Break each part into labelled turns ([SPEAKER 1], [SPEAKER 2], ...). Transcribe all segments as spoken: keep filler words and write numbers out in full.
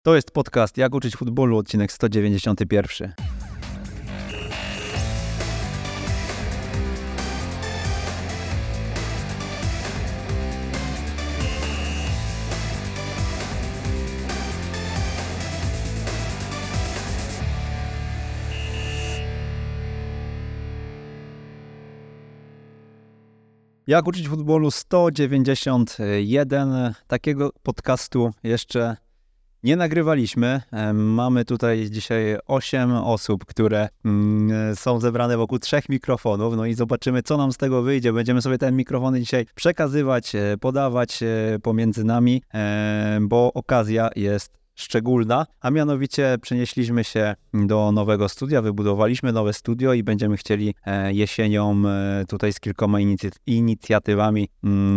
[SPEAKER 1] To jest podcast Jak uczyć futbolu, odcinek sto dziewięćdziesiąty pierwszy. Jak uczyć futbolu sto dziewięćdziesiąt jeden. Takiego podcastu jeszcze nie nagrywaliśmy. Mamy tutaj dzisiaj osiem osób, które są zebrane wokół trzech mikrofonów. No i zobaczymy, co nam z tego wyjdzie. Będziemy sobie te mikrofony dzisiaj przekazywać, podawać pomiędzy nami, bo okazja jest szczególna, a mianowicie przenieśliśmy się do nowego studia, wybudowaliśmy nowe studio i będziemy chcieli jesienią tutaj z kilkoma inicy- inicjatywami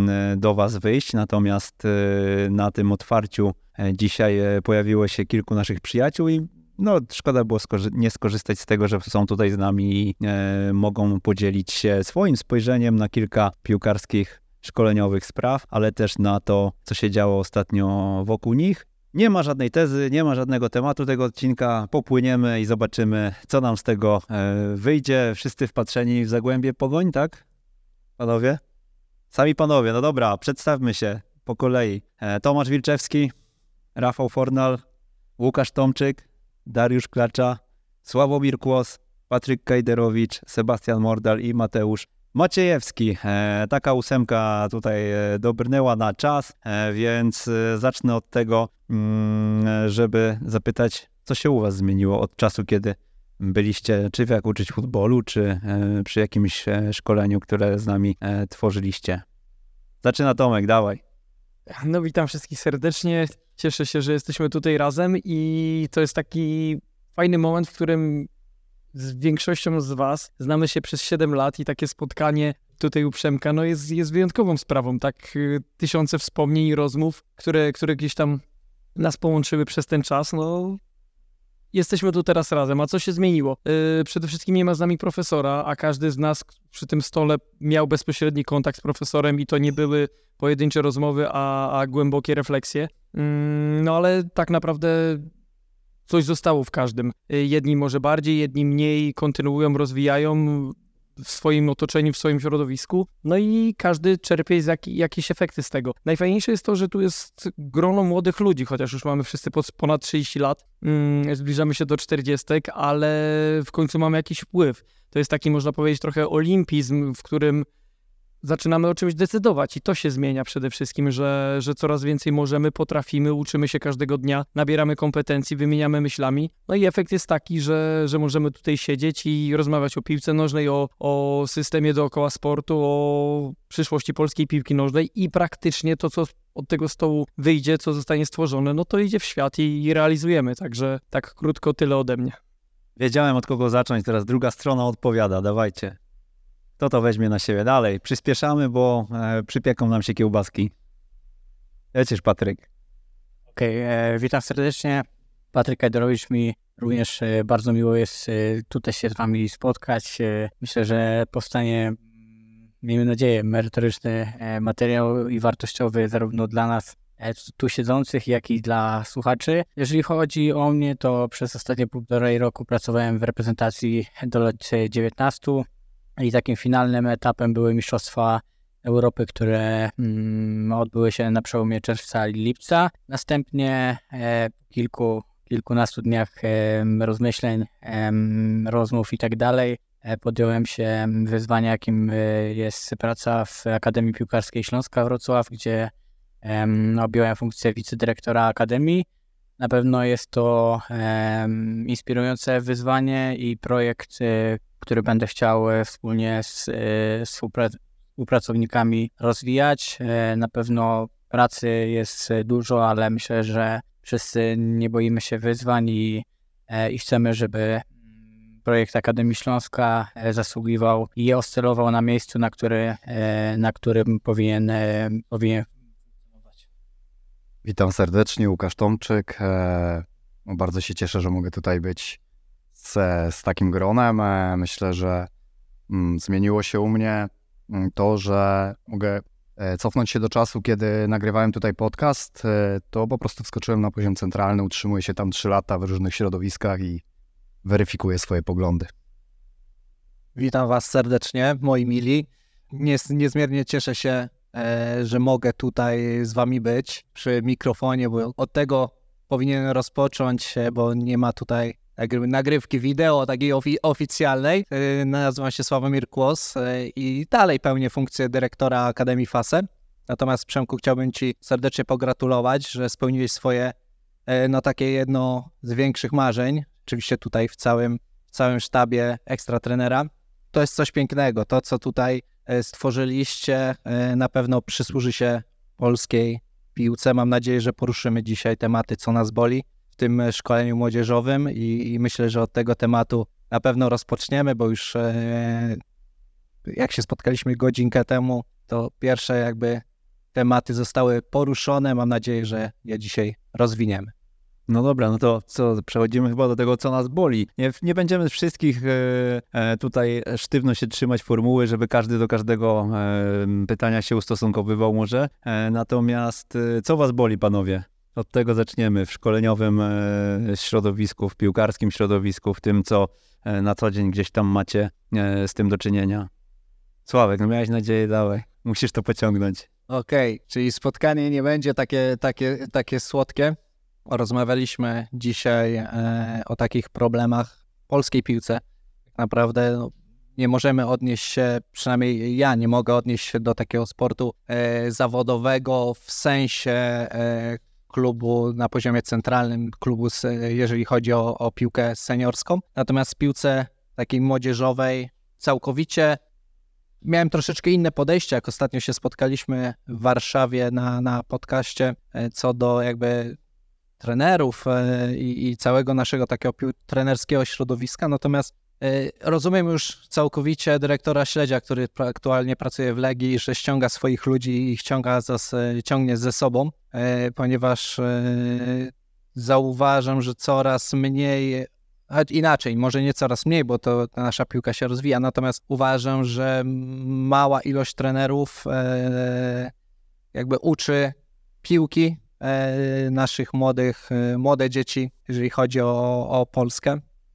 [SPEAKER 1] do Was wyjść. Natomiast na tym otwarciu dzisiaj pojawiło się kilku naszych przyjaciół i no, szkoda było skorzy- nie skorzystać z tego, że są tutaj z nami i e, mogą podzielić się swoim spojrzeniem na kilka piłkarskich, szkoleniowych spraw, ale też na to, co się działo ostatnio wokół nich. Nie ma żadnej tezy, nie ma żadnego tematu tego odcinka. Popłyniemy i zobaczymy, co nam z tego e, wyjdzie. Wszyscy wpatrzeni w zagłębie Pogoń, tak? Panowie? Sami panowie, no dobra, przedstawmy się po kolei. E, Tomasz Wilczewski, Rafał Fornal, Łukasz Tomczyk, Dariusz Klacza, Sławomir Kłos, Patryk Kajderowicz, Sebastian Mordal i Mateusz Maciejewski. E, taka ósemka tutaj e, dobrnęła na czas, e, więc e, zacznę od tego, mm, żeby zapytać, co się u Was zmieniło od czasu, kiedy byliście, czy w Jak uczyć futbolu, czy e, przy jakimś e, szkoleniu, które z nami e, tworzyliście. Zaczyna Tomek, dawaj.
[SPEAKER 2] No witam wszystkich serdecznie, cieszę się, że jesteśmy tutaj razem i to jest taki fajny moment, w którym z większością z was znamy się przez siedem lat i takie spotkanie tutaj u Przemka no jest, jest wyjątkową sprawą, tak tysiące wspomnień i rozmów, które, które gdzieś tam nas połączyły przez ten czas, no jesteśmy tu teraz razem. A co się zmieniło? Yy, przede wszystkim nie ma z nami profesora, a każdy z nas przy tym stole miał bezpośredni kontakt z profesorem i to nie były pojedyncze rozmowy, a, a głębokie refleksje. Yy, no ale tak naprawdę coś zostało w każdym. Yy, jedni może bardziej, jedni mniej, kontynuują, rozwijają w swoim otoczeniu, w swoim środowisku. No i każdy czerpie z jak, jakieś efekty z tego. Najfajniejsze jest to, że tu jest grono młodych ludzi, chociaż już mamy wszyscy ponad trzydzieści lat, mm, zbliżamy się do czterdziestek, ale w końcu mamy jakiś wpływ. To jest taki, można powiedzieć, trochę olimpizm, w którym zaczynamy o czymś decydować i to się zmienia przede wszystkim, że, że coraz więcej możemy, potrafimy, uczymy się każdego dnia, nabieramy kompetencji, wymieniamy myślami. No i efekt jest taki, że, że możemy tutaj siedzieć i rozmawiać o piłce nożnej, o, o systemie dookoła sportu, o przyszłości polskiej piłki nożnej i praktycznie to, co od tego stołu wyjdzie, co zostanie stworzone, no to idzie w świat i, i realizujemy. Także tak krótko tyle ode mnie.
[SPEAKER 1] Wiedziałem, od kogo zacząć, teraz druga strona odpowiada, dawajcie. Kto to weźmie na siebie? Dalej, przyspieszamy, bo e, przypieką nam się kiełbaski. Lecisz, Patryk.
[SPEAKER 3] Okej, okay, witam serdecznie. Patryk Kajderowicz, mi również e, bardzo miło jest e, tutaj się z wami spotkać. E, myślę, że powstanie, miejmy nadzieję, merytoryczny e, materiał i wartościowy zarówno dla nas e, tu siedzących, jak i dla słuchaczy. Jeżeli chodzi o mnie, to przez ostatnie półtorej roku pracowałem w reprezentacji do lat dziewiętnastu. I takim finalnym etapem były Mistrzostwa Europy, które mm, odbyły się na przełomie czerwca i lipca. Następnie e, po kilku, kilkunastu dniach e, rozmyśleń, e, rozmów i tak dalej e, podjąłem się wyzwania, jakim e, jest praca w Akademii Piłkarskiej Śląska Wrocław, gdzie e, objąłem funkcję wicedyrektora Akademii. Na pewno jest to e, inspirujące wyzwanie i projekt, e, który będę chciał wspólnie z, z współpracownikami rozwijać. Na pewno pracy jest dużo, ale myślę, że wszyscy nie boimy się wyzwań i, i chcemy, żeby projekt Akademii Śląska zasługiwał i oscylował na miejscu, na, który, na którym powinien, powinien funkcjonować.
[SPEAKER 4] Witam serdecznie, Łukasz Tomczyk. Bardzo się cieszę, że mogę tutaj być Z, z takim gronem. Myślę, że mm, zmieniło się u mnie to, że mogę cofnąć się do czasu, kiedy nagrywałem tutaj podcast, to po prostu wskoczyłem na poziom centralny, utrzymuję się tam trzy lata w różnych środowiskach i weryfikuję swoje poglądy.
[SPEAKER 5] Witam Was serdecznie, moi mili. Nies- niezmiernie cieszę się, e, że mogę tutaj z Wami być przy mikrofonie, bo od tego powinienem rozpocząć, bo nie ma tutaj nagry- nagrywki wideo takiej ofi- oficjalnej. E, nazywam się Sławomir Kłos e, i dalej pełnię funkcję dyrektora Akademii FASE. Natomiast, Przemku, chciałbym Ci serdecznie pogratulować, że spełniłeś swoje, e, no takie jedno z większych marzeń, oczywiście tutaj w całym, w całym sztabie ekstra trenera. To jest coś pięknego. To, co tutaj stworzyliście, na pewno przysłuży się polskiej piłce. Mam nadzieję, że poruszymy dzisiaj tematy, co nas boli w tym szkoleniu młodzieżowym i, i myślę, że od tego tematu na pewno rozpoczniemy, bo już e, jak się spotkaliśmy godzinkę temu, to pierwsze jakby tematy zostały poruszone. Mam nadzieję, że je dzisiaj rozwiniemy.
[SPEAKER 1] No dobra, no to co, przechodzimy chyba do tego, co nas boli. Nie, nie będziemy wszystkich e, e, tutaj sztywno się trzymać formuły, żeby każdy do każdego e, pytania się ustosunkowywał może. E, natomiast e, co was boli, panowie? Od tego zaczniemy w szkoleniowym e, środowisku, w piłkarskim środowisku, w tym, co e, na co dzień gdzieś tam macie e, z tym do czynienia. Sławek, no miałeś nadzieję, dawaj. Musisz to pociągnąć.
[SPEAKER 5] Okej, okay, czyli spotkanie nie będzie takie, takie, takie słodkie. Rozmawialiśmy dzisiaj e, o takich problemach w polskiej piłce. Tak naprawdę no, nie możemy odnieść się, przynajmniej ja nie mogę odnieść się do takiego sportu e, zawodowego w sensie e, klubu na poziomie centralnym, klubu jeżeli chodzi o, o piłkę seniorską. Natomiast w piłce takiej młodzieżowej całkowicie miałem troszeczkę inne podejście, jak ostatnio się spotkaliśmy w Warszawie na, na podcaście e, co do jakby trenerów i, i całego naszego takiego pił- trenerskiego środowiska, natomiast y, rozumiem już całkowicie dyrektora Śledzia, który pra- aktualnie pracuje w Legii, że ściąga swoich ludzi i ich ściąga zas, ciągnie ze sobą, y, ponieważ y, zauważam, że coraz mniej, a inaczej, może nie coraz mniej, bo to ta nasza piłka się rozwija, natomiast uważam, że mała ilość trenerów y, jakby uczy piłki naszych młodych, młode dzieci, jeżeli chodzi o, o Polskę.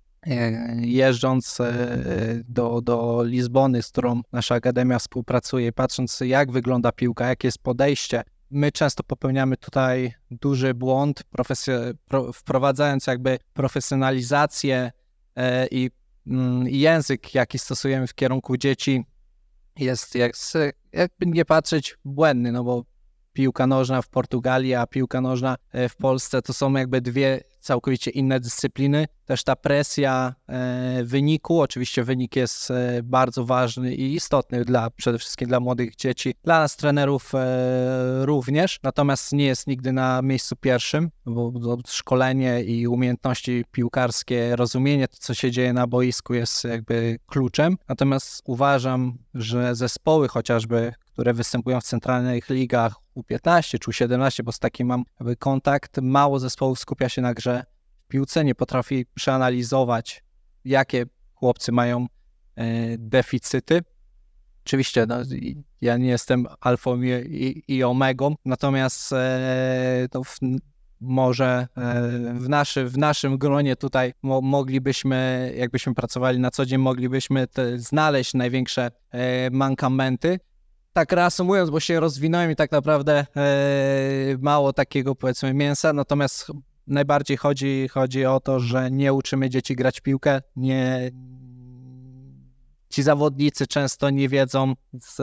[SPEAKER 5] Jeżdżąc do, do Lizbony, z którą nasza Akademia współpracuje, patrząc jak wygląda piłka, jakie jest podejście, my często popełniamy tutaj duży błąd, profesjo- pro, wprowadzając jakby profesjonalizację i, i język, jaki stosujemy w kierunku dzieci, jest jak, jakby nie patrzeć błędny, no bo piłka nożna w Portugalii, a piłka nożna w Polsce to są jakby dwie całkowicie inne dyscypliny. Też ta presja e, wyniku, oczywiście wynik jest e, bardzo ważny i istotny dla, przede wszystkim dla młodych dzieci, dla nas trenerów e, również, natomiast nie jest nigdy na miejscu pierwszym, bo, bo szkolenie i umiejętności piłkarskie, rozumienie to, co się dzieje na boisku jest jakby kluczem. Natomiast uważam, że zespoły chociażby, które występują w centralnych ligach U piętnaście czy U siedemnaście, bo z takim mam jakby kontakt, mało zespołów skupia się na grze w piłce, nie potrafi przeanalizować, jakie chłopcy mają e, deficyty. Oczywiście no, ja nie jestem alfą i, i, i omegą, natomiast e, to w, może e, w, naszy, w naszym gronie tutaj mo, moglibyśmy, jakbyśmy pracowali na co dzień, moglibyśmy te, znaleźć największe e, mankamenty. Tak reasumując, bo się rozwinąłem i tak naprawdę e, mało takiego powiedzmy mięsa, natomiast najbardziej chodzi, chodzi o to, że nie uczymy dzieci grać w piłkę, nie, ci zawodnicy często nie wiedzą z,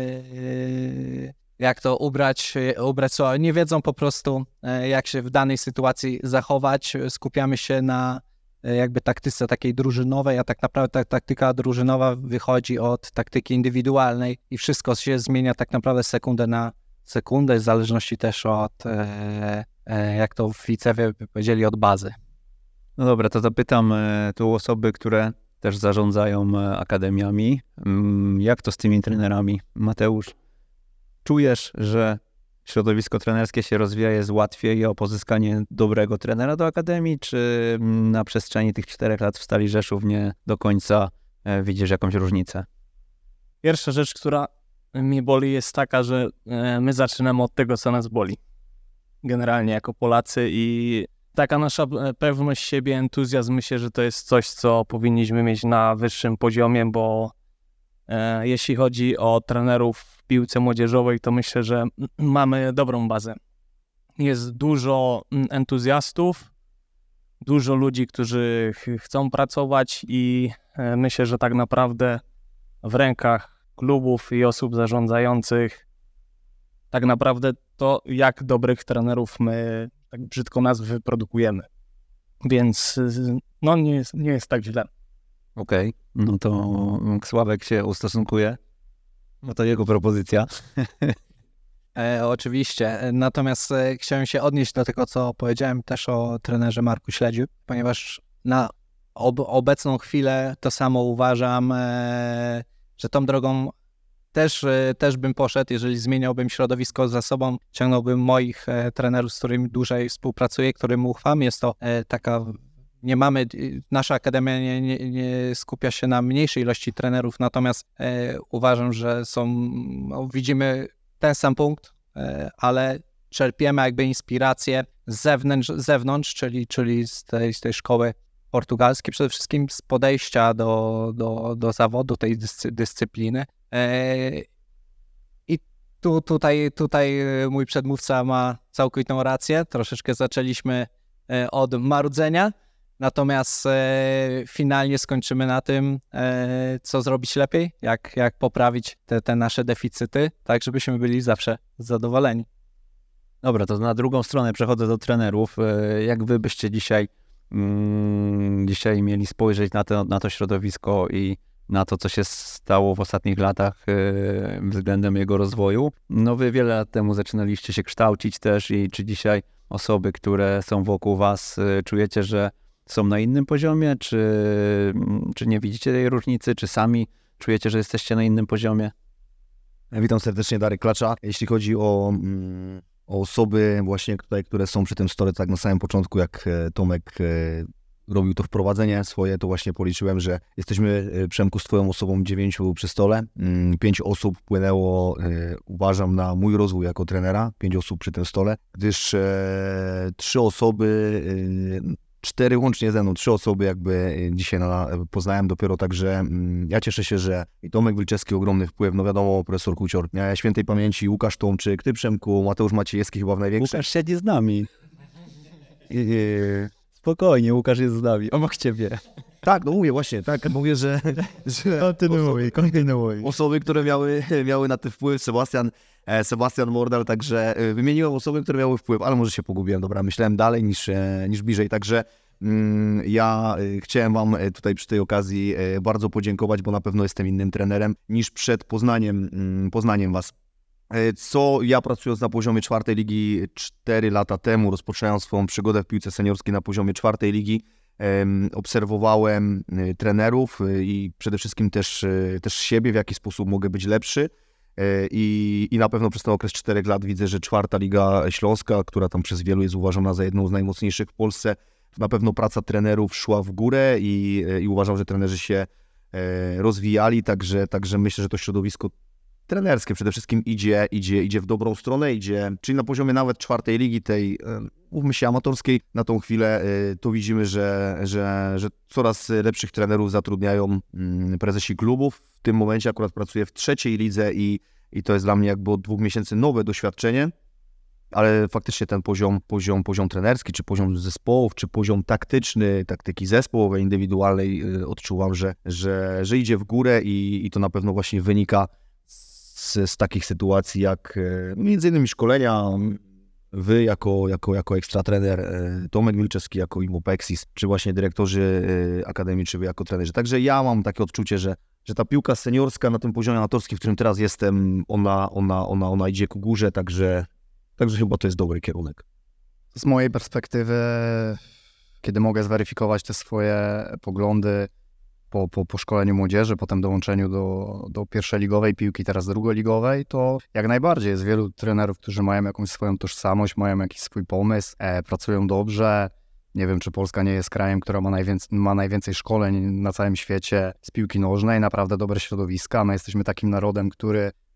[SPEAKER 5] e, jak to ubrać, ubrać słowa, nie wiedzą po prostu e, jak się w danej sytuacji zachować, skupiamy się na jakby taktyce takiej drużynowej, a tak naprawdę ta taktyka drużynowa wychodzi od taktyki indywidualnej i wszystko się zmienia tak naprawdę sekundę na sekundę, w zależności też od, e, e, jak to w Icewie powiedzieli, od bazy.
[SPEAKER 1] No dobra, to zapytam e, tu osoby, które też zarządzają e, akademiami. Mm, jak to z tymi trenerami? Mateusz, czujesz, że środowisko trenerskie się rozwija, jest łatwiej o pozyskanie dobrego trenera do akademii, czy na przestrzeni tych czterech lat w Stali Rzeszów nie do końca e, widzisz jakąś różnicę?
[SPEAKER 2] Pierwsza rzecz, która
[SPEAKER 5] mnie boli, jest taka, że e, my zaczynamy od tego, co nas boli. Generalnie jako Polacy i taka nasza pewność siebie, entuzjazm, myślę, że to jest coś, co powinniśmy mieć na wyższym poziomie, bo e, jeśli chodzi o trenerów w piłce młodzieżowej, to myślę, że mamy dobrą bazę. Jest dużo entuzjastów, dużo ludzi, którzy ch- chcą pracować i e, myślę, że tak naprawdę w rękach klubów i osób zarządzających tak naprawdę to, jak dobrych trenerów my, tak brzydko nas wyprodukujemy. Więc no nie jest, nie jest tak źle.
[SPEAKER 1] Okej, okay. No to Sławek się ustosunkuje. No to jego propozycja.
[SPEAKER 5] E, oczywiście, natomiast e, chciałem się odnieść do tego, co powiedziałem też o trenerze Marku Śledziu, ponieważ na ob- obecną chwilę to samo uważam, e, że tą drogą też, e, też bym poszedł, jeżeli zmieniałbym środowisko za sobą, ciągnąłbym moich e, trenerów, z którymi dłużej współpracuję, którym ufam. Jest to e, taka, nie mamy, nasza akademia nie, nie, nie skupia się na mniejszej ilości trenerów, natomiast e, uważam, że są, no, widzimy ten sam punkt, ale czerpiemy jakby inspirację z zewnątrz, z zewnątrz czyli, czyli z, tej, z tej szkoły portugalskiej, przede wszystkim z podejścia do, do, do zawodu, tej dyscy, dyscypliny. I tu, tutaj, tutaj mój przedmówca ma całkowitą rację. Troszeczkę zaczęliśmy od marudzenia, natomiast finalnie skończymy na tym, co zrobić lepiej, jak, jak poprawić te, te nasze deficyty, tak żebyśmy byli zawsze zadowoleni.
[SPEAKER 1] Dobra, to na drugą stronę przechodzę do trenerów. Jak wy byście dzisiaj, mm, dzisiaj mieli spojrzeć na to, na to środowisko i na to, co się stało w ostatnich latach yy, względem jego rozwoju? No wy wiele lat temu zaczynaliście się kształcić też i czy dzisiaj osoby, które są wokół was, yy, czujecie, że są na innym poziomie, czy, czy nie widzicie tej różnicy, czy sami czujecie, że jesteście na innym poziomie?
[SPEAKER 4] Witam serdecznie, Darek Klacza. Jeśli chodzi o, mm, o osoby właśnie tutaj, które są przy tym stole, tak na samym początku, jak Tomek e, robił to wprowadzenie swoje, to właśnie policzyłem, że jesteśmy, Przemku, z twoją osobą dziewięciu przy stole. Mm, pięć osób wpłynęło, e, uważam, na mój rozwój jako trenera, pięć osób przy tym stole, gdyż e, trzy osoby... E, Cztery łącznie ze mną, trzy osoby jakby dzisiaj na, poznałem dopiero, także mm, ja cieszę się, że i Tomek Wilczewski ogromny wpływ, no wiadomo, profesor Kucior, ja świętej pamięci Łukasz Tomczyk, ty Przemku, Mateusz Maciejewski chyba w największym.
[SPEAKER 1] Łukasz siedzi z nami. Spokojnie, Łukasz jest z nami, obok ciebie.
[SPEAKER 4] Tak, no mówię właśnie, tak, mówię, że... że
[SPEAKER 1] kontynuuj, kontynuuj.
[SPEAKER 4] Osoby, które miały, miały na to wpływ, Sebastian, Sebastian Mordal, także wymieniłem osoby, które miały wpływ, ale może się pogubiłem, dobra, myślałem dalej niż, niż bliżej, także mm, ja chciałem wam tutaj przy tej okazji bardzo podziękować, bo na pewno jestem innym trenerem niż przed Poznaniem, Poznaniem was. Co ja, pracując na poziomie czwartej ligi cztery lata temu, rozpoczynając swoją przygodę w piłce seniorskiej na poziomie czwartej ligi, obserwowałem trenerów i przede wszystkim też, też siebie, w jaki sposób mogę być lepszy. I, I na pewno przez ten okres czterech lat widzę, że czwarta Liga Śląska, która tam przez wielu jest uważana za jedną z najmocniejszych w Polsce, na pewno praca trenerów szła w górę i, i uważam, że trenerzy się rozwijali, także, także myślę, że to środowisko trenerskie przede wszystkim idzie, idzie, idzie w dobrą stronę, idzie, czyli na poziomie nawet czwartej ligi, tej, mówmy się, amatorskiej, na tą chwilę to widzimy, że, że, że coraz lepszych trenerów zatrudniają prezesi klubów. W tym momencie akurat pracuję w trzeciej lidze i, i to jest dla mnie jakby od dwóch miesięcy nowe doświadczenie, ale faktycznie ten poziom, poziom, poziom trenerski, czy poziom zespołów, czy poziom taktyczny, taktyki zespołowej, indywidualnej odczuwam, że, że, że idzie w górę i, i to na pewno właśnie wynika Z, z takich sytuacji jak między innymi szkolenia, wy jako, jako, jako ekstra trener, Tomek Wilczewski jako Imopexis, czy właśnie dyrektorzy akademii, czy wy jako trenerzy. Także ja mam takie odczucie, że, że ta piłka seniorska na tym poziomie amatorskim, w którym teraz jestem, ona, ona, ona, ona idzie ku górze, także, także chyba to jest dobry kierunek.
[SPEAKER 6] Z mojej perspektywy, kiedy mogę zweryfikować te swoje poglądy Po, po, po szkoleniu młodzieży, potem dołączeniu do, do pierwszej ligowej piłki, teraz drugoligowej, to jak najbardziej jest wielu trenerów, którzy mają jakąś swoją tożsamość, mają jakiś swój pomysł, e, pracują dobrze. Nie wiem, czy Polska nie jest krajem, która ma najwięcej, ma najwięcej szkoleń na całym świecie z piłki nożnej, naprawdę dobre środowiska. My jesteśmy takim narodem, który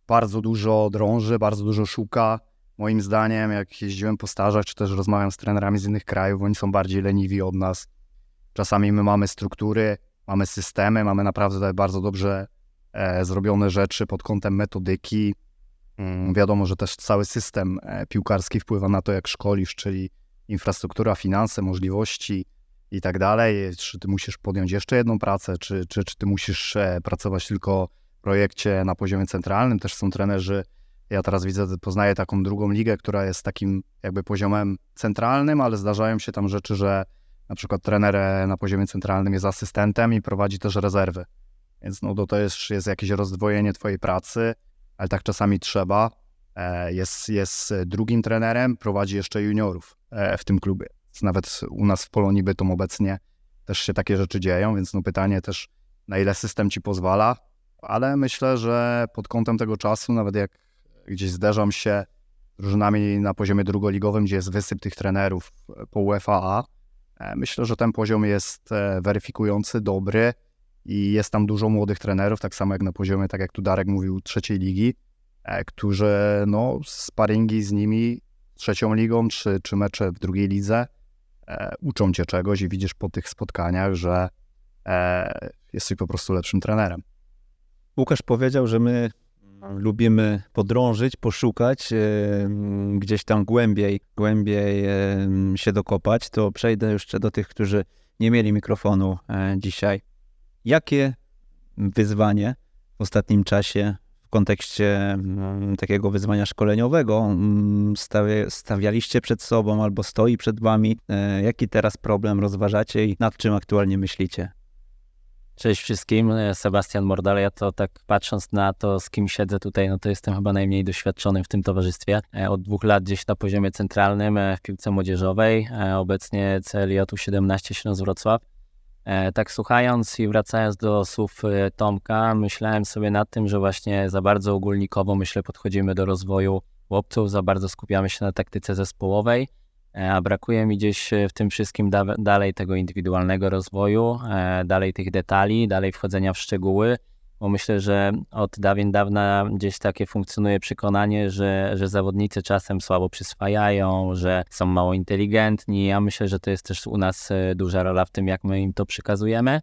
[SPEAKER 6] bardzo dużo drąży, bardzo dużo szuka. Moim zdaniem, jak jeździłem po stażach, czy też rozmawiam z trenerami z innych krajów, oni są bardziej leniwi od nas. Czasami my mamy struktury, mamy systemy, mamy naprawdę bardzo dobrze e, zrobione rzeczy pod kątem metodyki. Mm, wiadomo, że też cały system e, piłkarski wpływa na to, jak szkolisz, czyli infrastruktura, finanse, możliwości i tak dalej. Czy ty musisz podjąć jeszcze jedną pracę, czy, czy, czy ty musisz e, pracować tylko w projekcie na poziomie centralnym. Też są trenerzy, ja teraz widzę, poznaję taką drugą ligę, która jest takim jakby poziomem centralnym, ale zdarzają się tam rzeczy, że na przykład trener na poziomie centralnym jest asystentem i prowadzi też rezerwy. Więc no to też jest jakieś rozdwojenie twojej pracy, ale tak czasami trzeba. Jest, jest drugim trenerem, prowadzi jeszcze juniorów w tym klubie. Nawet u nas w Polonii Bytom obecnie też się takie rzeczy dzieją, więc no pytanie też, na ile system ci pozwala, ale myślę, że pod kątem tego czasu, nawet jak gdzieś zderzam się z drużynami na poziomie drugoligowym, gdzie jest wysyp tych trenerów po U E F A A, myślę, że ten poziom jest weryfikujący, dobry i jest tam dużo młodych trenerów, tak samo jak na poziomie, tak jak tu Darek mówił, trzeciej ligi, którzy no sparingi z nimi trzecią ligą, czy, czy mecze w drugiej lidze uczą cię czegoś i widzisz po tych spotkaniach, że jesteś po prostu lepszym trenerem.
[SPEAKER 1] Łukasz powiedział, że my lubimy podrążyć, poszukać, gdzieś tam głębiej, głębiej się dokopać. To przejdę jeszcze do tych, którzy nie mieli mikrofonu dzisiaj. Jakie wyzwanie w ostatnim czasie w kontekście takiego wyzwania szkoleniowego stawialiście przed sobą albo stoi przed wami? Jaki teraz problem rozważacie i nad czym aktualnie myślicie?
[SPEAKER 3] Cześć wszystkim, Sebastian Mordal. Ja to tak patrząc na to, z kim siedzę tutaj, no to jestem chyba najmniej doświadczonym w tym towarzystwie. Od dwóch lat gdzieś na poziomie centralnym w piłce młodzieżowej, obecnie C L J U siedemnaście Śląsk Wrocław. Tak słuchając i wracając do słów Tomka, myślałem sobie nad tym, że właśnie za bardzo ogólnikowo, myślę, podchodzimy do rozwoju chłopców, za bardzo skupiamy się na taktyce zespołowej, a brakuje mi gdzieś w tym wszystkim da- dalej tego indywidualnego rozwoju, dalej tych detali, dalej wchodzenia w szczegóły, bo myślę, że od dawien dawna gdzieś takie funkcjonuje przekonanie, że, że zawodnicy czasem słabo przyswajają, że są mało inteligentni. Ja myślę, że to jest też u nas duża rola w tym, jak my im to przekazujemy.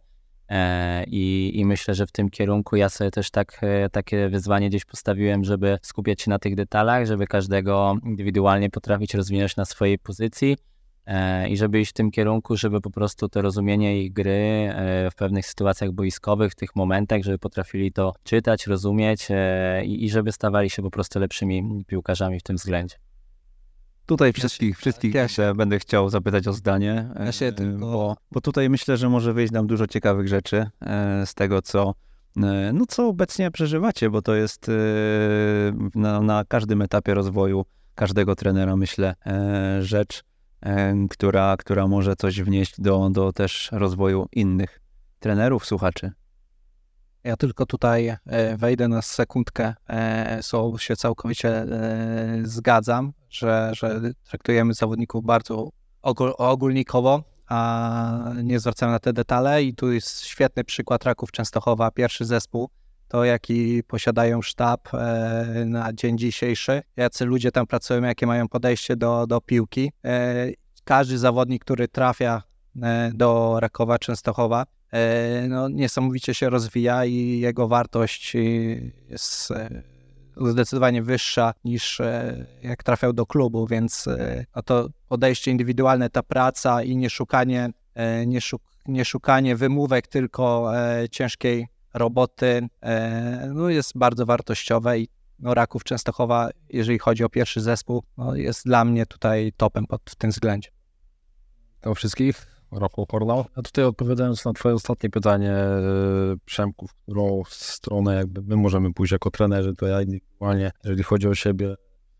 [SPEAKER 3] I, i myślę, że w tym kierunku ja sobie też tak, takie wyzwanie gdzieś postawiłem, żeby skupiać się na tych detalach, żeby każdego indywidualnie potrafić rozwinąć na swojej pozycji i żeby iść w tym kierunku, żeby po prostu to rozumienie ich gry w pewnych sytuacjach boiskowych, w tych momentach, żeby potrafili to czytać, rozumieć i, i żeby stawali się po prostu lepszymi piłkarzami w tym względzie.
[SPEAKER 1] Tutaj wszystkich, wszystkich
[SPEAKER 5] ja się,
[SPEAKER 1] będę chciał zapytać o zdanie,
[SPEAKER 5] ja się tylko...
[SPEAKER 1] bo, bo tutaj myślę, że może wyjść nam dużo ciekawych rzeczy z tego, co, no, co obecnie przeżywacie, bo to jest na, na każdym etapie rozwoju każdego trenera, myślę, rzecz, która, która może coś wnieść do, do też rozwoju innych trenerów, słuchaczy.
[SPEAKER 5] Ja tylko tutaj wejdę na sekundkę, so się całkowicie zgadzam, że, że traktujemy zawodników bardzo ogólnikowo, a nie zwracamy na te detale i tu jest świetny przykład Raków Częstochowa, pierwszy zespół, to jaki posiadają sztab na dzień dzisiejszy, jacy ludzie tam pracują, jakie mają podejście do, do piłki. Każdy zawodnik, który trafia do Rakowa Częstochowa, no, niesamowicie się rozwija i jego wartość jest zdecydowanie wyższa niż jak trafiał do klubu, więc no to podejście indywidualne, ta praca i nie szukanie, nie, szuk, nie szukanie wymówek, tylko ciężkiej roboty no jest bardzo wartościowe i no, Raków Częstochowa, jeżeli chodzi o pierwszy zespół, no, jest dla mnie tutaj topem pod, w tym względzie.
[SPEAKER 7] To wszystkich. Rafał Kornał. A tutaj odpowiadając na twoje ostatnie pytanie, Przemku, w którą stronę jakby my możemy pójść jako trenerzy, to ja indywidualnie, jeżeli chodzi o siebie,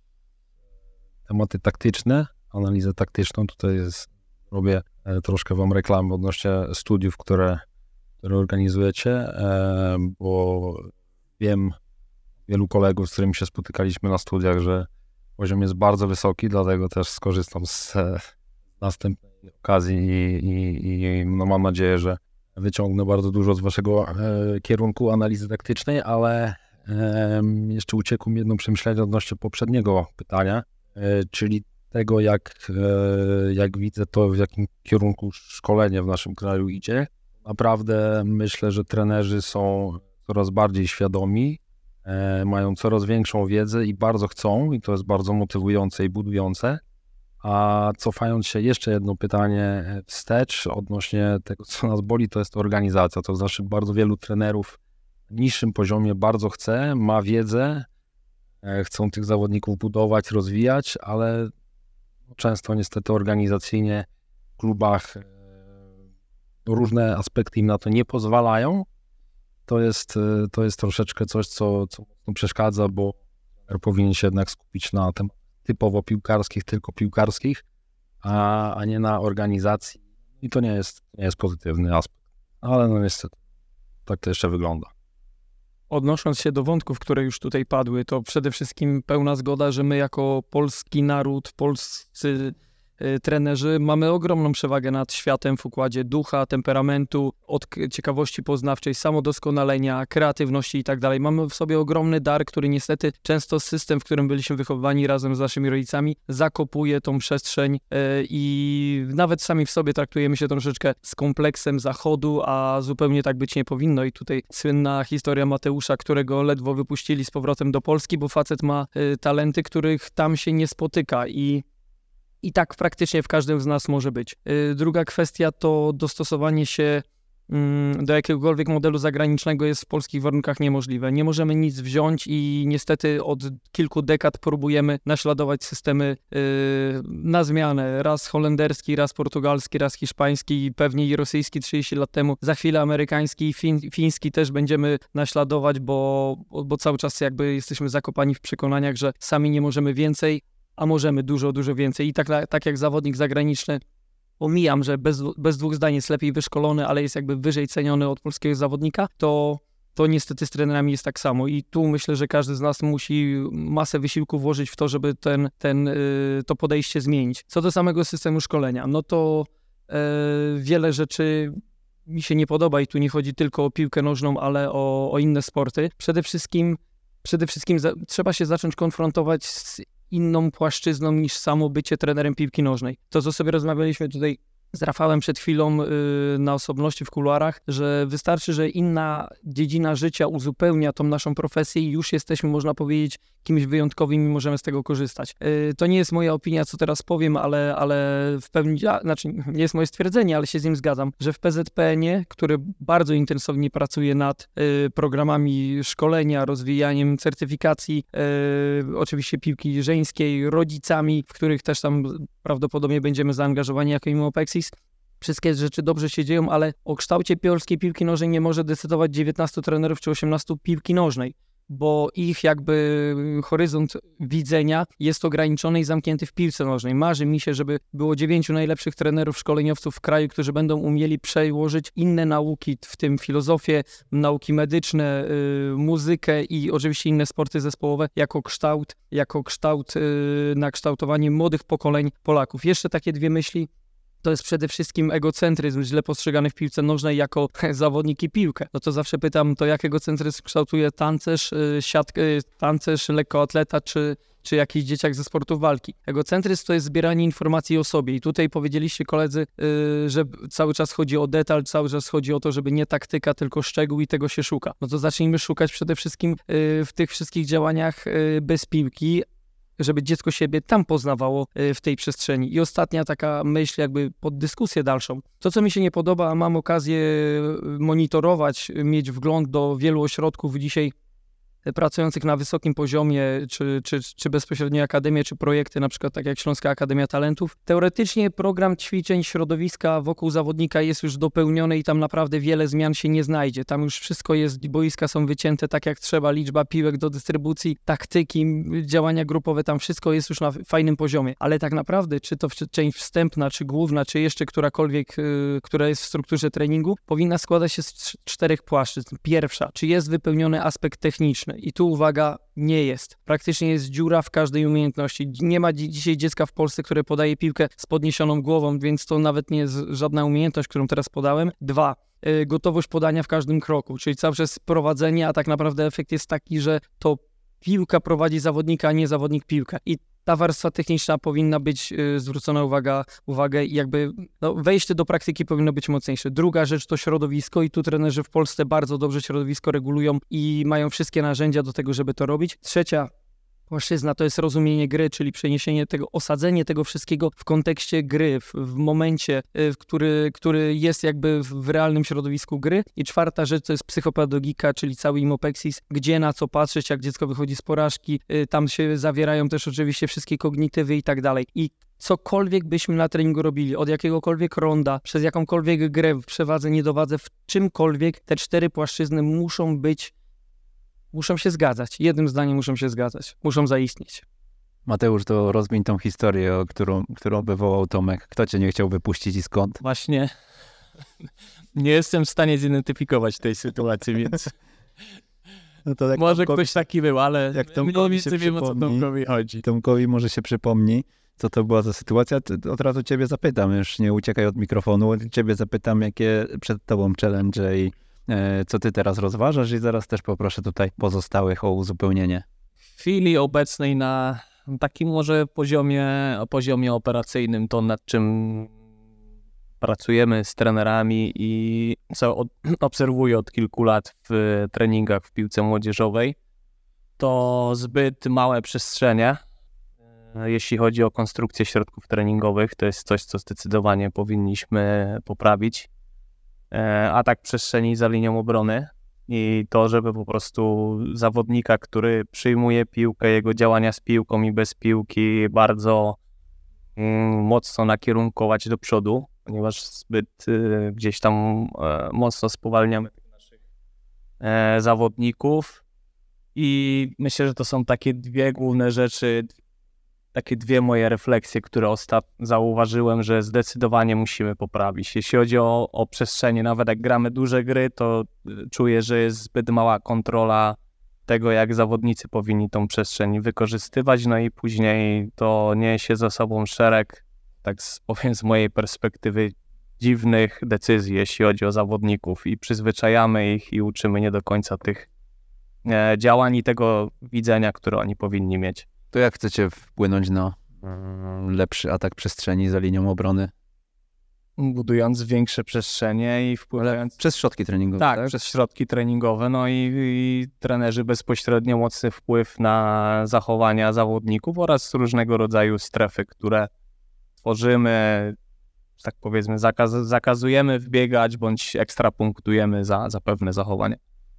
[SPEAKER 7] tematy taktyczne, analizę taktyczną, tutaj jest, robię troszkę wam reklamy odnośnie studiów, które, które organizujecie, bo wiem, wielu kolegów, z którymi się spotykaliśmy na studiach, że poziom jest bardzo wysoki, dlatego też skorzystam z następnej okazji i, i, i no mam nadzieję, że wyciągnę bardzo dużo z waszego e, kierunku analizy taktycznej, ale jeszcze uciekło mi jedno przemyślenie odnośnie poprzedniego pytania, czyli tego, jak, jak widzę to, w jakim kierunku szkolenie w naszym kraju idzie. Naprawdę myślę, że trenerzy są coraz bardziej świadomi, mają coraz większą wiedzę i bardzo chcą, i to jest bardzo motywujące i budujące. A cofając się, jeszcze jedno pytanie wstecz odnośnie tego, co nas boli, to jest to organizacja. To znaczy bardzo wielu trenerów na niższym poziomie bardzo chce, ma wiedzę, chcą tych zawodników budować, rozwijać, ale często niestety organizacyjnie w klubach różne aspekty im na to nie pozwalają. To jest, to jest troszeczkę coś, co, co mocno przeszkadza, bo trener powinien się jednak skupić na tematach typowo piłkarskich, tylko piłkarskich, a, a nie na organizacji. I to nie jest, nie jest pozytywny aspekt. Ale no niestety, tak to jeszcze wygląda.
[SPEAKER 2] Odnosząc się do wątków, które już tutaj padły, to przede wszystkim pełna zgoda, że my jako polski naród, polscy y, trenerzy mamy ogromną przewagę nad światem w układzie ducha, temperamentu, od ciekawości poznawczej, samodoskonalenia, kreatywności i tak dalej. Mamy w sobie ogromny dar, który niestety często system, w którym byliśmy wychowani razem z naszymi rodzicami, zakopuje tą przestrzeń y, i nawet sami w sobie traktujemy się troszeczkę z kompleksem zachodu, a zupełnie tak być nie powinno. I tutaj słynna historia Mateusza, którego ledwo wypuścili z powrotem do Polski, bo facet ma y, talenty, których tam się nie spotyka i I tak praktycznie w każdym z nas może być. Druga kwestia to dostosowanie się do jakiegokolwiek modelu zagranicznego jest w polskich warunkach niemożliwe. Nie możemy nic wziąć i niestety od kilku dekad próbujemy naśladować systemy na zmianę. Raz holenderski, raz portugalski, raz hiszpański, pewnie i rosyjski trzydzieści lat temu. Za chwilę amerykański i fin, fiński też będziemy naśladować, bo, bo cały czas jakby jesteśmy zakopani w przekonaniach, że sami nie możemy więcej, a możemy dużo, dużo więcej. I tak, tak jak zawodnik zagraniczny, pomijam, że bez, bez dwóch zdań jest lepiej wyszkolony, ale jest jakby wyżej ceniony od polskiego zawodnika, to, to niestety z trenerami jest tak samo. I tu myślę, że każdy z nas musi masę wysiłku włożyć w to, żeby ten, ten, to podejście zmienić. Co do samego systemu szkolenia, no to e, wiele rzeczy mi się nie podoba i tu nie chodzi tylko o piłkę nożną, ale o, o inne sporty. Przede wszystkim, przede wszystkim za, trzeba się zacząć konfrontować z inną płaszczyzną niż samo bycie trenerem piłki nożnej. To, co sobie rozmawialiśmy tutaj z Rafałem przed chwilą yy, na osobności w kuluarach, że wystarczy, że inna dziedzina życia uzupełnia tą naszą profesję i już jesteśmy, można powiedzieć, kimś wyjątkowym i możemy z tego korzystać. Yy, to nie jest moja opinia, co teraz powiem, ale, ale w pełni, ja, znaczy nie jest moje stwierdzenie, ale się z nim zgadzam, że w P Z P N-ie, który bardzo intensywnie pracuje nad yy, programami szkolenia, rozwijaniem certyfikacji, yy, oczywiście piłki żeńskiej, rodzicami, w których też tam prawdopodobnie będziemy zaangażowani jako Imopexis. Wszystkie rzeczy dobrze się dzieją, ale o kształcie polskiej piłki nożnej nie może decydować dziewiętnastu trenerów czy osiemnastu piłki nożnej, bo ich jakby horyzont widzenia jest ograniczony i zamknięty w piłce nożnej. Marzy mi się, żeby było dziewięciu najlepszych trenerów, szkoleniowców w kraju, którzy będą umieli przełożyć inne nauki, w tym filozofię, nauki medyczne, yy, muzykę i oczywiście inne sporty zespołowe, jako kształt, jako kształt yy, na kształtowanie młodych pokoleń Polaków. Jeszcze takie dwie myśli. To jest przede wszystkim egocentryzm źle postrzegany w piłce nożnej jako zawodnik i piłkę. No to zawsze pytam, to jak egocentryzm kształtuje tancerz, siatkę, tancerz, lekkoatleta czy, czy jakiś dzieciak ze sportów walki. Egocentryzm to jest zbieranie informacji o sobie i tutaj powiedzieliście koledzy, yy, że cały czas chodzi o detal, cały czas chodzi o to, żeby nie taktyka, tylko szczegół i tego się szuka. No to zacznijmy szukać przede wszystkim yy, w tych wszystkich działaniach yy, bez piłki, żeby dziecko siebie tam poznawało w tej przestrzeni. I ostatnia taka myśl jakby pod dyskusję dalszą. To, co mi się nie podoba, a mam okazję monitorować, mieć wgląd do wielu ośrodków dzisiaj pracujących na wysokim poziomie, czy, czy, czy bezpośrednio akademie, czy projekty, na przykład tak jak Śląska Akademia Talentów. Teoretycznie program ćwiczeń, środowiska wokół zawodnika jest już dopełniony i tam naprawdę wiele zmian się nie znajdzie. Tam już wszystko jest, boiska są wycięte tak jak trzeba, liczba piłek do dystrybucji, taktyki, działania grupowe, tam wszystko jest już na fajnym poziomie. Ale tak naprawdę, czy to część wstępna, czy główna, czy jeszcze którakolwiek, yy, która jest w strukturze treningu, powinna składać się z czterech płaszczyzn. Pierwsza, czy jest wypełniony aspekt techniczny? I tu uwaga, nie jest. Praktycznie jest dziura w każdej umiejętności. Nie ma dzi- dzisiaj dziecka w Polsce, które podaje piłkę z podniesioną głową, więc to nawet nie jest żadna umiejętność, którą teraz podałem. Dwa, y, gotowość podania w każdym kroku, czyli cały czas prowadzenie, a tak naprawdę efekt jest taki, że to piłka prowadzi zawodnika, a nie zawodnik piłkę. I ta warstwa techniczna powinna być y, zwrócona uwaga, uwagę i jakby no, wejście do praktyki powinno być mocniejsze. Druga rzecz to środowisko i tu trenerzy w Polsce bardzo dobrze środowisko regulują i mają wszystkie narzędzia do tego, żeby to robić. Trzecia płaszczyzna to jest rozumienie gry, czyli przeniesienie tego, osadzenie tego wszystkiego w kontekście gry, w, w momencie, w który, który jest jakby w, w realnym środowisku gry. I czwarta rzecz to jest psychopedagogika, czyli cały imopexis, gdzie na co patrzeć, jak dziecko wychodzi z porażki. Tam się zawierają też oczywiście wszystkie kognitywy i tak dalej. I cokolwiek byśmy na treningu robili, od jakiegokolwiek ronda, przez jakąkolwiek grę, w przewadze, niedowadze, w czymkolwiek, te cztery płaszczyzny muszą być Muszą się zgadzać. Jednym zdaniem muszą się zgadzać. Muszą zaistnieć.
[SPEAKER 1] Mateusz, to rozwiń tą historię, o którą, którą wywołał Tomek. Kto cię nie chciał wypuścić i skąd?
[SPEAKER 5] Właśnie nie jestem w stanie zidentyfikować tej sytuacji, więc
[SPEAKER 1] no to
[SPEAKER 5] może
[SPEAKER 1] Tomkowi,
[SPEAKER 5] ktoś taki był, ale
[SPEAKER 1] jak
[SPEAKER 5] mniej
[SPEAKER 1] Tomkowi
[SPEAKER 5] więcej wiem, o co Tomkowi chodzi.
[SPEAKER 1] Tomkowi może się przypomni, co to była za sytuacja. Od razu ciebie zapytam, już nie uciekaj od mikrofonu. Ciebie zapytam, jakie przed tobą challenge i co ty teraz rozważasz i zaraz też poproszę tutaj pozostałych o uzupełnienie.
[SPEAKER 5] W chwili obecnej na takim może poziomie, poziomie operacyjnym, to nad czym pracujemy z trenerami i co od, obserwuję od kilku lat w treningach w piłce młodzieżowej, to zbyt małe przestrzenie. Jeśli chodzi o konstrukcję środków treningowych, to jest coś, co zdecydowanie powinniśmy poprawić. Atak przestrzeni za linią obrony i to, żeby po prostu zawodnika, który przyjmuje piłkę, jego działania z piłką i bez piłki bardzo mm, mocno nakierunkować do przodu, ponieważ zbyt y, gdzieś tam e, mocno spowalniamy tych naszych e, zawodników i myślę, że to są takie dwie główne rzeczy, takie dwie moje refleksje, które ostatnio zauważyłem, że zdecydowanie musimy poprawić. Jeśli chodzi o, o przestrzenie, nawet jak gramy duże gry, to czuję, że jest zbyt mała kontrola tego, jak zawodnicy powinni tą przestrzeń wykorzystywać, no i później to niesie za sobą szereg, tak z, powiem z mojej perspektywy, dziwnych decyzji, jeśli chodzi o zawodników i przyzwyczajamy ich i uczymy nie do końca tych e, działań i tego widzenia, które oni powinni mieć.
[SPEAKER 1] To jak chcecie wpłynąć na lepszy atak przestrzeni za linią obrony?
[SPEAKER 5] Budując większe przestrzenie i wpływając...
[SPEAKER 1] Przez środki treningowe,
[SPEAKER 5] tak?
[SPEAKER 1] tak?
[SPEAKER 5] przez środki treningowe, no i, i trenerzy bezpośrednio mocny wpływ na zachowania zawodników oraz różnego rodzaju strefy, które tworzymy, tak powiedzmy, zakaz, zakazujemy wbiegać bądź ekstrapunktujemy za, za pewne zachowania.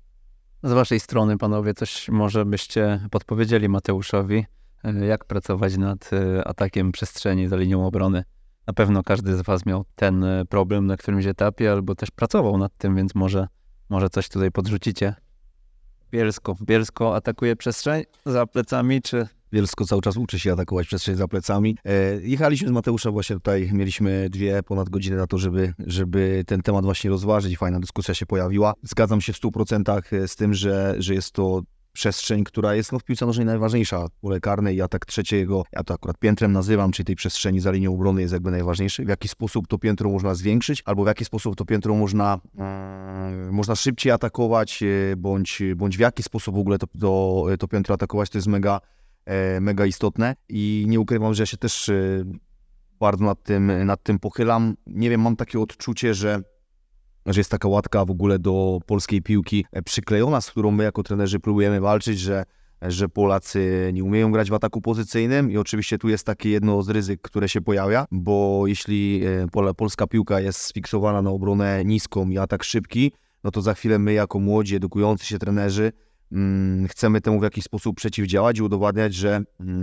[SPEAKER 1] Z waszej strony, panowie, coś może byście podpowiedzieli Mateuszowi, jak pracować nad atakiem przestrzeni za linią obrony. Na pewno każdy z was miał ten problem na którymś etapie, albo też pracował nad tym, więc może, może coś tutaj podrzucicie. Bielsko. Bielsko atakuje przestrzeń za plecami, czy...
[SPEAKER 4] Bielsko cały czas uczy się atakować przestrzeń za plecami. E, jechaliśmy z Mateuszem właśnie tutaj, mieliśmy dwie ponad godziny na to, żeby, żeby ten temat właśnie rozważyć. Fajna dyskusja się pojawiła. Zgadzam się w stu procentach z tym, że, że jest to przestrzeń, która jest no, w piłce nożnej najważniejsza. Pole karne i atak trzeciego, ja to akurat piętrem nazywam, czyli tej przestrzeni za linią obrony jest jakby najważniejszy. W jaki sposób to piętro można zwiększyć, albo w jaki sposób to piętro można, yy, można szybciej atakować, yy, bądź, bądź w jaki sposób w ogóle to, to, to piętro atakować, to jest mega mega istotne i nie ukrywam, że ja się też bardzo nad tym, nad tym pochylam. Nie wiem, mam takie odczucie, że, że jest taka łatka w ogóle do polskiej piłki przyklejona, z którą my jako trenerzy próbujemy walczyć, że, że Polacy nie umieją grać w ataku pozycyjnym i oczywiście tu jest takie jedno z ryzyk, które się pojawia, bo jeśli polska piłka jest sfiksowana na obronę niską i atak szybki, no to za chwilę my jako młodzi, edukujący się trenerzy chcemy temu w jakiś sposób przeciwdziałać i udowadniać, że,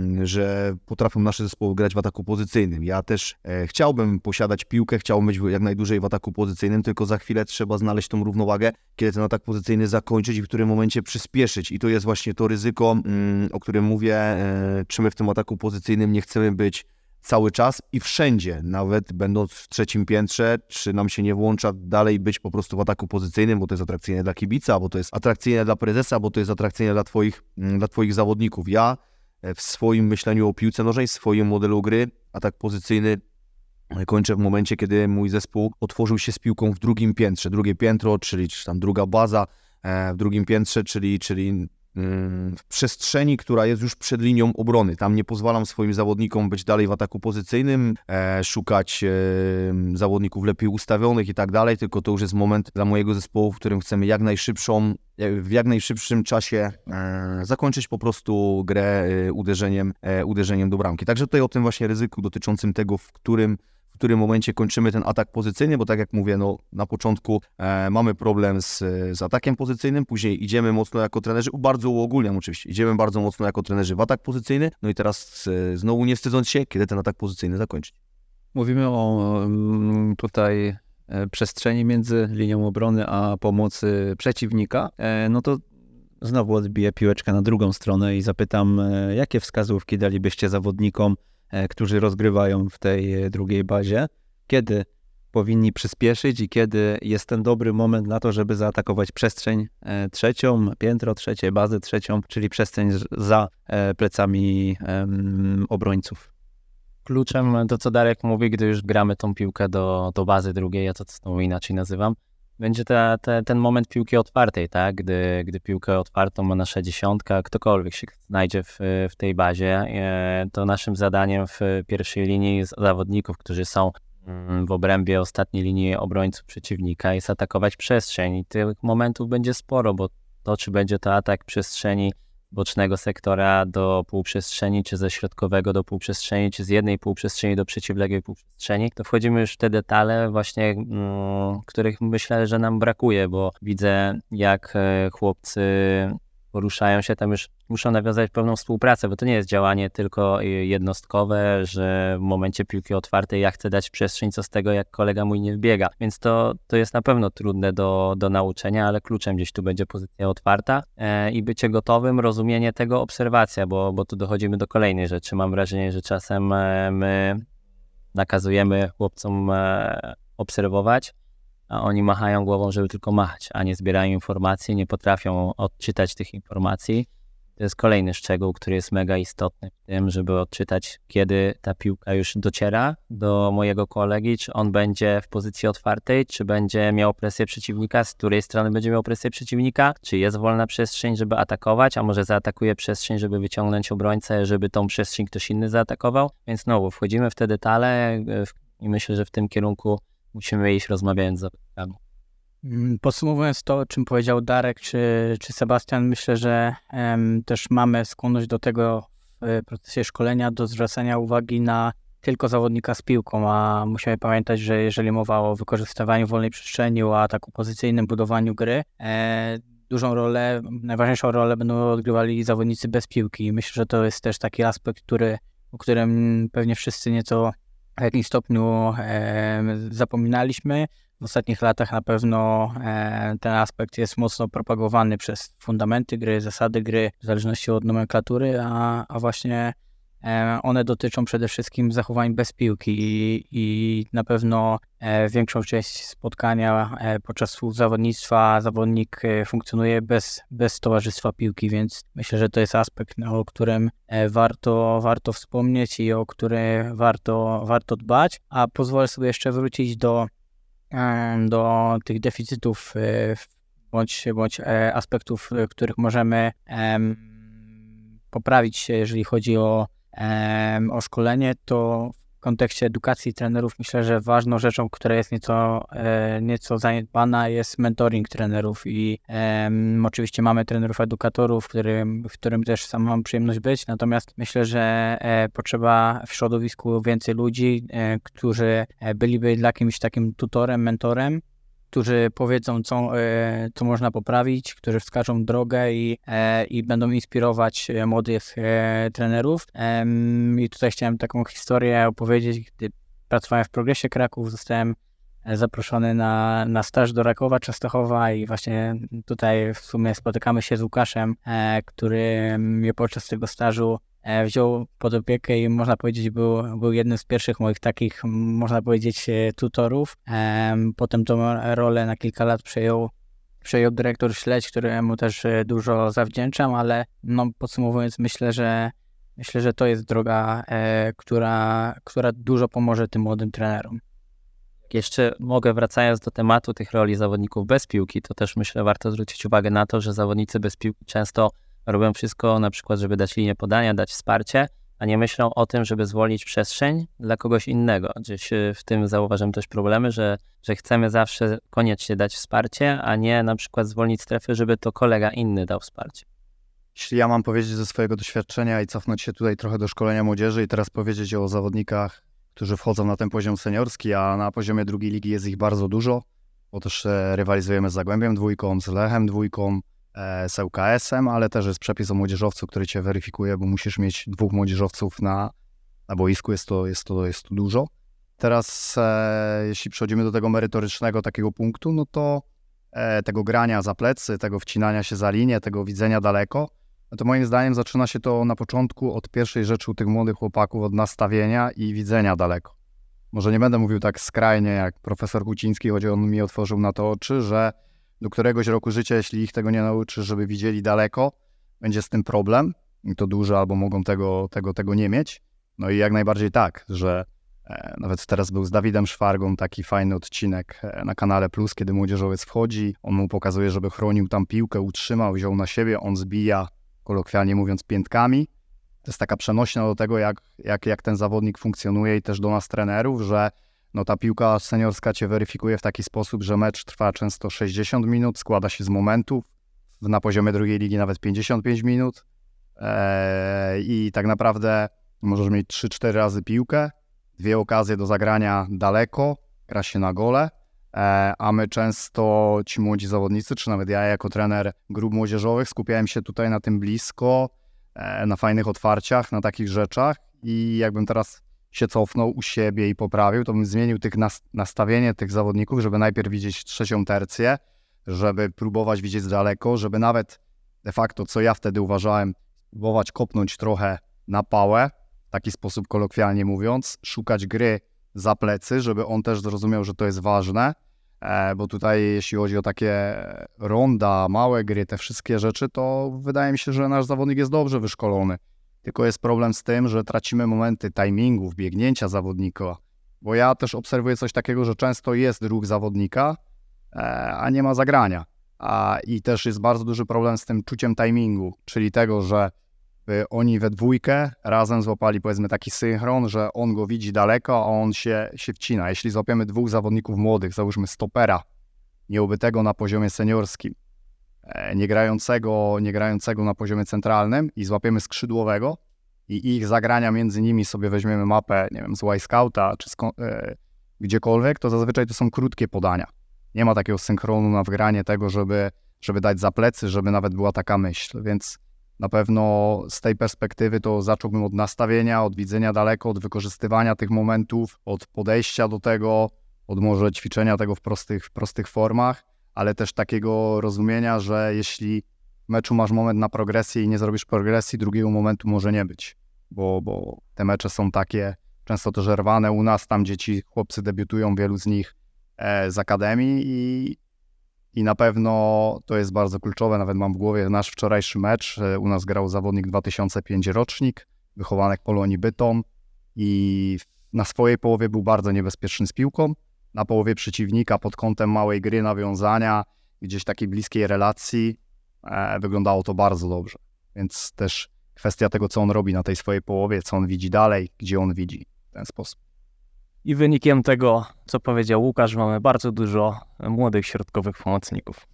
[SPEAKER 4] że potrafią nasze zespoły grać w ataku pozycyjnym. Ja też e, chciałbym posiadać piłkę, chciałbym być jak najdłużej w ataku pozycyjnym, tylko za chwilę trzeba znaleźć tą równowagę, kiedy ten atak pozycyjny zakończyć i w którym momencie przyspieszyć. I to jest właśnie to ryzyko, mm, o którym mówię, e, czy my w tym ataku pozycyjnym nie chcemy być cały czas i wszędzie, nawet będąc w trzecim piętrze, czy nam się nie włącza dalej być po prostu w ataku pozycyjnym, bo to jest atrakcyjne dla kibica, bo to jest atrakcyjne dla prezesa, bo to jest atrakcyjne dla twoich, dla twoich zawodników. Ja w swoim myśleniu o piłce nożnej, w swoim modelu gry, atak pozycyjny kończę w momencie, kiedy mój zespół otworzył się z piłką w drugim piętrze. Drugie piętro, czyli czy tam druga baza w drugim piętrze, czyli, czyli w przestrzeni, która jest już przed linią obrony. Tam nie pozwalam swoim zawodnikom być dalej w ataku pozycyjnym, e, szukać e, zawodników lepiej ustawionych i tak dalej, tylko to już jest moment dla mojego zespołu, w którym chcemy jak najszybszą, w jak najszybszym czasie e, zakończyć po prostu grę e, uderzeniem, e, uderzeniem do bramki. Także tutaj o tym właśnie ryzyku dotyczącym tego, w którym w którym momencie kończymy ten atak pozycyjny, bo tak jak mówię, no, na początku e, mamy problem z, z atakiem pozycyjnym, później idziemy mocno jako trenerzy, bardzo uogólniam oczywiście, idziemy bardzo mocno jako trenerzy w atak pozycyjny, no i teraz e, znowu nie wstydząc się, kiedy ten atak pozycyjny zakończyć.
[SPEAKER 1] Mówimy o m, tutaj e, przestrzeni między linią obrony a pomocy przeciwnika, e, no to znowu odbiję piłeczkę na drugą stronę i zapytam, e, jakie wskazówki dalibyście zawodnikom, którzy rozgrywają w tej drugiej bazie, kiedy powinni przyspieszyć i kiedy jest ten dobry moment na to, żeby zaatakować przestrzeń trzecią, piętro trzecie, bazę trzecią, czyli przestrzeń za plecami obrońców.
[SPEAKER 3] Kluczem to, co Darek mówi, gdy już gramy tą piłkę do, do bazy drugiej, ja to znowu inaczej nazywam, będzie ta, ta, ten moment piłki otwartej, tak? Gdy, gdy piłkę otwartą ma nasza dziesiątka, ktokolwiek się znajdzie w, w tej bazie, to naszym zadaniem w pierwszej linii zawodników, którzy są w obrębie ostatniej linii obrońców przeciwnika, jest atakować przestrzeń i tych momentów będzie sporo, bo to, czy będzie to atak przestrzeni bocznego sektora do półprzestrzeni, czy ze środkowego do półprzestrzeni, czy z jednej półprzestrzeni do przeciwległej półprzestrzeni, to wchodzimy już w te detale właśnie, mm, których myślę, że nam brakuje, bo widzę, jak chłopcy poruszają się, tam już muszą nawiązać pewną współpracę, bo to nie jest działanie tylko jednostkowe, że w momencie piłki otwartej ja chcę dać przestrzeń, co z tego, jak kolega mój nie wbiega. Więc to, to jest na pewno trudne do, do nauczenia, ale kluczem gdzieś tu będzie pozycja otwarta e, i bycie gotowym, rozumienie tego, obserwacja, bo, bo tu dochodzimy do kolejnej rzeczy. Mam wrażenie, że czasem e, my nakazujemy chłopcom e, obserwować, a oni machają głową, żeby tylko machać, a nie zbierają informacji, nie potrafią odczytać tych informacji. To jest kolejny szczegół, który jest mega istotny w tym, żeby odczytać, kiedy ta piłka już dociera do mojego kolegi, czy on będzie w pozycji otwartej, czy będzie miał presję przeciwnika, z której strony będzie miał presję przeciwnika, czy jest wolna przestrzeń, żeby atakować, a może zaatakuje przestrzeń, żeby wyciągnąć obrońcę, żeby tą przestrzeń ktoś inny zaatakował. Więc znowu wchodzimy w te detale i myślę, że w tym kierunku musimy iść, rozmawiając z zawodnikami. Podsumowując to, o czym powiedział Darek czy, czy Sebastian, myślę, że um, też mamy skłonność do tego w procesie szkolenia, do zwracania uwagi na tylko zawodnika z piłką, a musimy pamiętać, że jeżeli mowa o wykorzystywaniu wolnej przestrzeni, o ataku pozycyjnym, budowaniu gry, e, dużą rolę, najważniejszą rolę będą odgrywali zawodnicy bez piłki. Myślę, że to jest też taki aspekt, który, o którym pewnie wszyscy nieco w jakimś stopniu e, zapominaliśmy. W ostatnich latach na pewno e, ten aspekt jest mocno propagowany przez fundamenty gry, zasady gry, w zależności od nomenklatury, a, a właśnie e, one dotyczą przede wszystkim zachowań bez piłki i, i na pewno e, większą część spotkania e, podczas zawodnictwa zawodnik e, funkcjonuje bez, bez towarzystwa piłki, więc myślę, że to jest aspekt, no, o którym e, warto, warto wspomnieć i o który warto, warto dbać, a pozwolę sobie jeszcze wrócić do do tych deficytów bądź, bądź aspektów, których możemy poprawić się, jeżeli chodzi o, o szkolenie, to w kontekście edukacji trenerów myślę, że ważną rzeczą, która jest nieco, nieco zaniedbana, jest mentoring trenerów i um, oczywiście mamy trenerów edukatorów, w którym, w którym też sam mam przyjemność być, natomiast myślę, że e, potrzeba w środowisku więcej ludzi, e, którzy byliby dla kimś takim tutorem, mentorem, którzy powiedzą, co, e, co można poprawić, którzy wskażą drogę i, e, i będą inspirować młodych e, trenerów. E, I tutaj chciałem taką historię opowiedzieć, gdy pracowałem w Progresie Kraków, zostałem zaproszony na, na staż do Rakowa Częstochowa i właśnie tutaj w sumie spotykamy się z Łukaszem, e, który mnie podczas tego stażu e, wziął pod opiekę i można powiedzieć był, był jednym z pierwszych moich takich, można powiedzieć, tutorów. E, potem tą rolę na kilka lat przejął, przejął dyrektor Śledź, któremu też dużo zawdzięczam, ale no, podsumowując myślę, że Myślę, że to jest droga, e, która, która dużo pomoże tym młodym trenerom.
[SPEAKER 8] Jeszcze mogę, wracając do tematu tych roli zawodników bez piłki, to też myślę, warto zwrócić uwagę na to, że zawodnicy bez piłki często robią wszystko, na przykład, żeby dać linię podania, dać wsparcie, a nie myślą o tym, żeby zwolnić przestrzeń dla kogoś innego. Gdzieś w tym zauważam też problemy, że, że chcemy zawsze koniecznie dać wsparcie, a nie na przykład zwolnić strefy, żeby to kolega inny dał wsparcie.
[SPEAKER 6] Jeśli ja mam powiedzieć ze swojego doświadczenia i cofnąć się tutaj trochę do szkolenia młodzieży i teraz powiedzieć o zawodnikach, którzy wchodzą na ten poziom seniorski, a na poziomie drugiej ligi jest ich bardzo dużo, bo też e, rywalizujemy z Zagłębiem dwójką, z Lechem dwójką, e, z L K S-em, ale też jest przepis o młodzieżowcu, który cię weryfikuje, bo musisz mieć dwóch młodzieżowców na, na boisku, jest to, jest, to, jest to dużo. Teraz e, jeśli przechodzimy do tego merytorycznego takiego punktu, no to e, tego grania za plecy, tego wcinania się za linię, tego widzenia daleko, no to moim zdaniem zaczyna się to na początku od pierwszej rzeczy u tych młodych chłopaków, od nastawienia i widzenia daleko. Może nie będę mówił tak skrajnie jak profesor Kuciński, choć on mi otworzył na to oczy, że do któregoś roku życia, jeśli ich tego nie nauczysz, żeby widzieli daleko, będzie z tym problem i to duży, albo mogą tego, tego, tego nie mieć. No i jak najbardziej tak, że e, nawet teraz był z Dawidem Szwargą taki fajny odcinek e, na kanale Plus, kiedy młodzieżowiec wchodzi, on mu pokazuje, żeby chronił tam piłkę, utrzymał, wziął na siebie, on zbija, kolokwialnie mówiąc, piętkami. To jest taka przenośnia do tego, jak, jak, jak ten zawodnik funkcjonuje i też do nas trenerów, że no ta piłka seniorska cię weryfikuje w taki sposób, że mecz trwa często sześćdziesiąt minut, składa się z momentów, na poziomie drugiej ligi nawet pięćdziesiąt pięć minut eee, i tak naprawdę możesz mieć trzy cztery razy piłkę, dwie okazje do zagrania daleko, gra się na gole, eee, a my często, ci młodzi zawodnicy, czy nawet ja jako trener grup młodzieżowych, skupiałem się tutaj na tym blisko, eee, na fajnych otwarciach, na takich rzeczach i jakbym teraz się cofnął u siebie i poprawił, to bym zmienił tych nas- nastawienie tych zawodników, żeby najpierw widzieć trzecią tercję, żeby próbować widzieć daleko, żeby nawet de facto, co ja wtedy uważałem, próbować kopnąć trochę na pałę, w taki sposób kolokwialnie mówiąc, szukać gry za plecy, żeby on też zrozumiał, że to jest ważne, e, bo tutaj jeśli chodzi o takie ronda, małe gry, te wszystkie rzeczy, to wydaje mi się, że nasz zawodnik jest dobrze wyszkolony. Tylko jest problem z tym, że tracimy momenty timingów, biegnięcia zawodnika, bo ja też obserwuję coś takiego, że często jest ruch zawodnika, e, a nie ma zagrania. A, I też jest bardzo duży problem z tym czuciem timingu, czyli tego, że y, oni we dwójkę razem złapali powiedzmy taki synchron, że on go widzi daleko, a on się, się wcina. Jeśli złapiemy dwóch zawodników młodych, załóżmy stopera, nieubytego na poziomie seniorskim, Nie grającego, nie grającego na poziomie centralnym i złapiemy skrzydłowego i ich zagrania między nimi sobie weźmiemy mapę, nie wiem, z Y-Scouta czy z, e, gdziekolwiek, to zazwyczaj to są krótkie podania. Nie ma takiego synchronu na wgranie tego, żeby, żeby dać za plecy, żeby nawet była taka myśl, więc na pewno z tej perspektywy to zacząłbym od nastawienia, od widzenia daleko, od wykorzystywania tych momentów, od podejścia do tego, od może ćwiczenia tego w prostych, w prostych formach, ale też takiego rozumienia, że jeśli w meczu masz moment na progresję i nie zrobisz progresji, drugiego momentu może nie być, bo, bo te mecze są takie często też rwane u nas, tam dzieci, chłopcy debiutują, wielu z nich e, z akademii i, i na pewno to jest bardzo kluczowe, nawet mam w głowie nasz wczorajszy mecz, e, u nas grał zawodnik dwa tysiące piąty rocznik, wychowanek Polonii Bytom i na swojej połowie był bardzo niebezpieczny z piłką, na połowie przeciwnika pod kątem małej gry, nawiązania, gdzieś takiej bliskiej relacji, e, wyglądało to bardzo dobrze. Więc też kwestia tego, co on robi na tej swojej połowie, co on widzi dalej, gdzie on widzi w ten sposób.
[SPEAKER 8] I wynikiem tego, co powiedział Łukasz, mamy bardzo dużo młodych środkowych pomocników.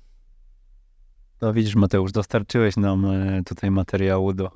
[SPEAKER 1] To widzisz, Mateusz, dostarczyłeś nam tutaj materiału do,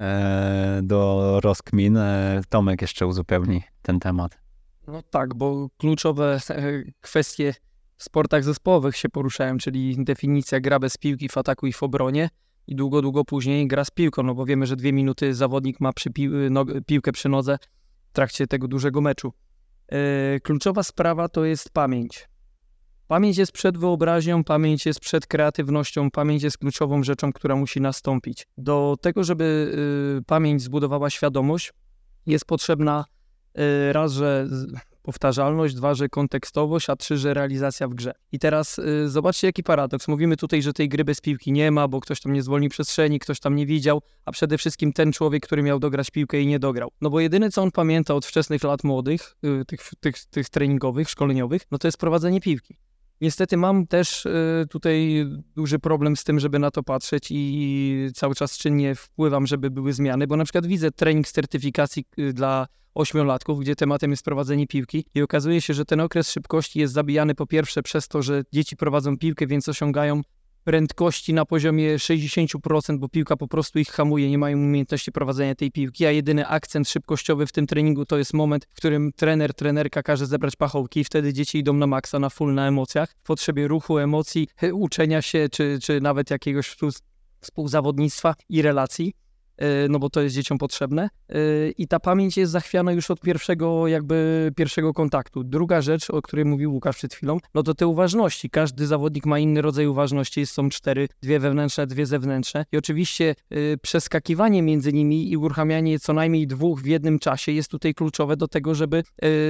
[SPEAKER 1] do rozkmin. Tomek jeszcze uzupełni ten temat.
[SPEAKER 2] No tak, bo kluczowe kwestie w sportach zespołowych się poruszają, czyli definicja gra bez piłki w ataku i w obronie i długo, długo później gra z piłką, no bo wiemy, że dwie minuty zawodnik ma przy pi- no, piłkę przy nodze w trakcie tego dużego meczu. Yy, kluczowa sprawa to jest pamięć. Pamięć jest przed wyobraźnią, pamięć jest przed kreatywnością, pamięć jest kluczową rzeczą, która musi nastąpić. Do tego, żeby yy, pamięć zbudowała świadomość, jest potrzebna yy, raz, że powtarzalność, dwa, że kontekstowość, a trzy, że realizacja w grze. I teraz y, zobaczcie, jaki paradoks. Mówimy tutaj, że tej gry bez piłki nie ma, bo ktoś tam nie zwolni przestrzeni, ktoś tam nie widział, a przede wszystkim ten człowiek, który miał dograć piłkę i nie dograł. No bo jedyne, co on pamięta od wczesnych lat młodych, y, tych, tych, tych treningowych, szkoleniowych, no to jest prowadzenie piłki. Niestety mam też y, tutaj duży problem z tym, żeby na to patrzeć i cały czas czynnie wpływam, żeby były zmiany, bo na przykład widzę trening z certyfikacji y, dla ośmiolatków, gdzie tematem jest prowadzenie piłki i okazuje się, że ten okres szybkości jest zabijany po pierwsze przez to, że dzieci prowadzą piłkę, więc osiągają prędkości na poziomie sześćdziesiąt procent, bo piłka po prostu ich hamuje, nie mają umiejętności prowadzenia tej piłki, a jedyny akcent szybkościowy w tym treningu to jest moment, w którym trener, trenerka każe zebrać pachołki i wtedy dzieci idą na maksa, na full, na emocjach, w potrzebie ruchu, emocji, uczenia się, czy, czy nawet jakiegoś współzawodnictwa i relacji. No bo to jest dzieciom potrzebne i ta pamięć jest zachwiana już od pierwszego jakby pierwszego kontaktu. Druga rzecz, o której mówił Łukasz przed chwilą, no to te uważności. Każdy zawodnik ma inny rodzaj uważności, są cztery, dwie wewnętrzne, dwie zewnętrzne i oczywiście y, przeskakiwanie między nimi i uruchamianie co najmniej dwóch w jednym czasie jest tutaj kluczowe do tego, żeby,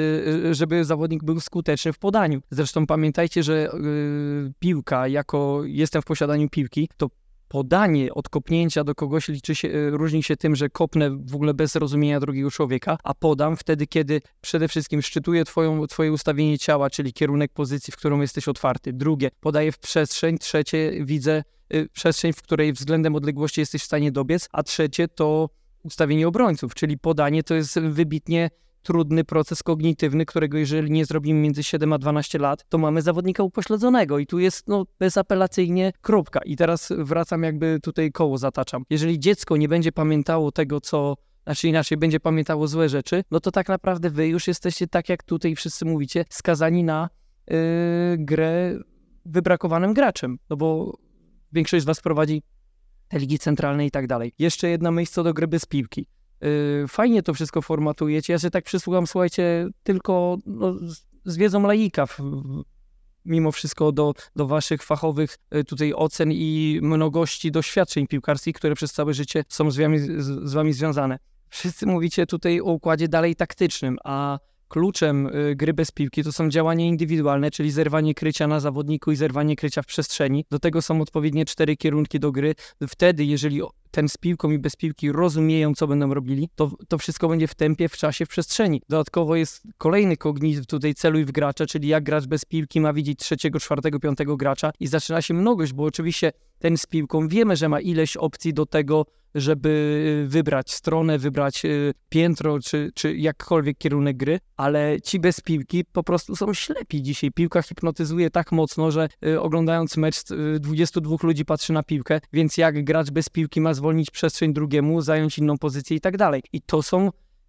[SPEAKER 2] y, żeby zawodnik był skuteczny w podaniu. Zresztą pamiętajcie, że y, piłka, jako jestem w posiadaniu piłki, to podanie od kopnięcia do kogoś liczy się, różni się tym, że kopnę w ogóle bez rozumienia drugiego człowieka, a podam wtedy, kiedy przede wszystkim szczytuję twoją, twoje ustawienie ciała, czyli kierunek pozycji, w którą jesteś otwarty. Drugie, podaję w przestrzeń. Trzecie, widzę y, przestrzeń, w której względem odległości jesteś w stanie dobiec, a trzecie to ustawienie obrońców, czyli podanie to jest wybitnie trudny proces kognitywny, którego jeżeli nie zrobimy między siedem a dwanaście lat, to mamy zawodnika upośledzonego i tu jest no bezapelacyjnie kropka. I teraz wracam, jakby tutaj koło zataczam. Jeżeli dziecko nie będzie pamiętało tego, co, znaczy inaczej, będzie pamiętało złe rzeczy, no to tak naprawdę wy już jesteście, tak jak tutaj wszyscy mówicie, skazani na yy, grę wybrakowanym graczem, no bo większość z was prowadzi te ligi centralne i tak dalej. Jeszcze jedna myśl co do gry bez piłki. Fajnie to wszystko formatujecie. Ja się tak przysłucham, słuchajcie, tylko no, z wiedzą laika w, mimo wszystko do, do waszych fachowych tutaj ocen i mnogości doświadczeń piłkarskich, które przez całe życie są z wami, z, z wami związane. Wszyscy mówicie tutaj o układzie dalej taktycznym, a kluczem gry bez piłki to są działania indywidualne, czyli zerwanie krycia na zawodniku i zerwanie krycia w przestrzeni. Do tego są odpowiednie cztery kierunki do gry. Wtedy, jeżeli ten z piłką i bez piłki rozumieją, co będą robili, to, to wszystko będzie w tempie, w czasie, w przestrzeni. Dodatkowo jest kolejny kognityw tutaj celuj w gracza, czyli jak gracz bez piłki ma widzieć trzeciego, czwartego, piątego gracza i zaczyna się mnogość, bo oczywiście ten z piłką wiemy, że ma ileś opcji do tego, żeby wybrać stronę, wybrać piętro, czy, czy jakkolwiek kierunek gry, ale ci bez piłki po prostu są ślepi dzisiaj. Piłka hipnotyzuje tak mocno, że oglądając mecz dwudziestu dwóch ludzi patrzy na piłkę, więc jak gracz bez piłki ma zwolnić przestrzeń drugiemu, zająć inną pozycję i tak dalej. I to są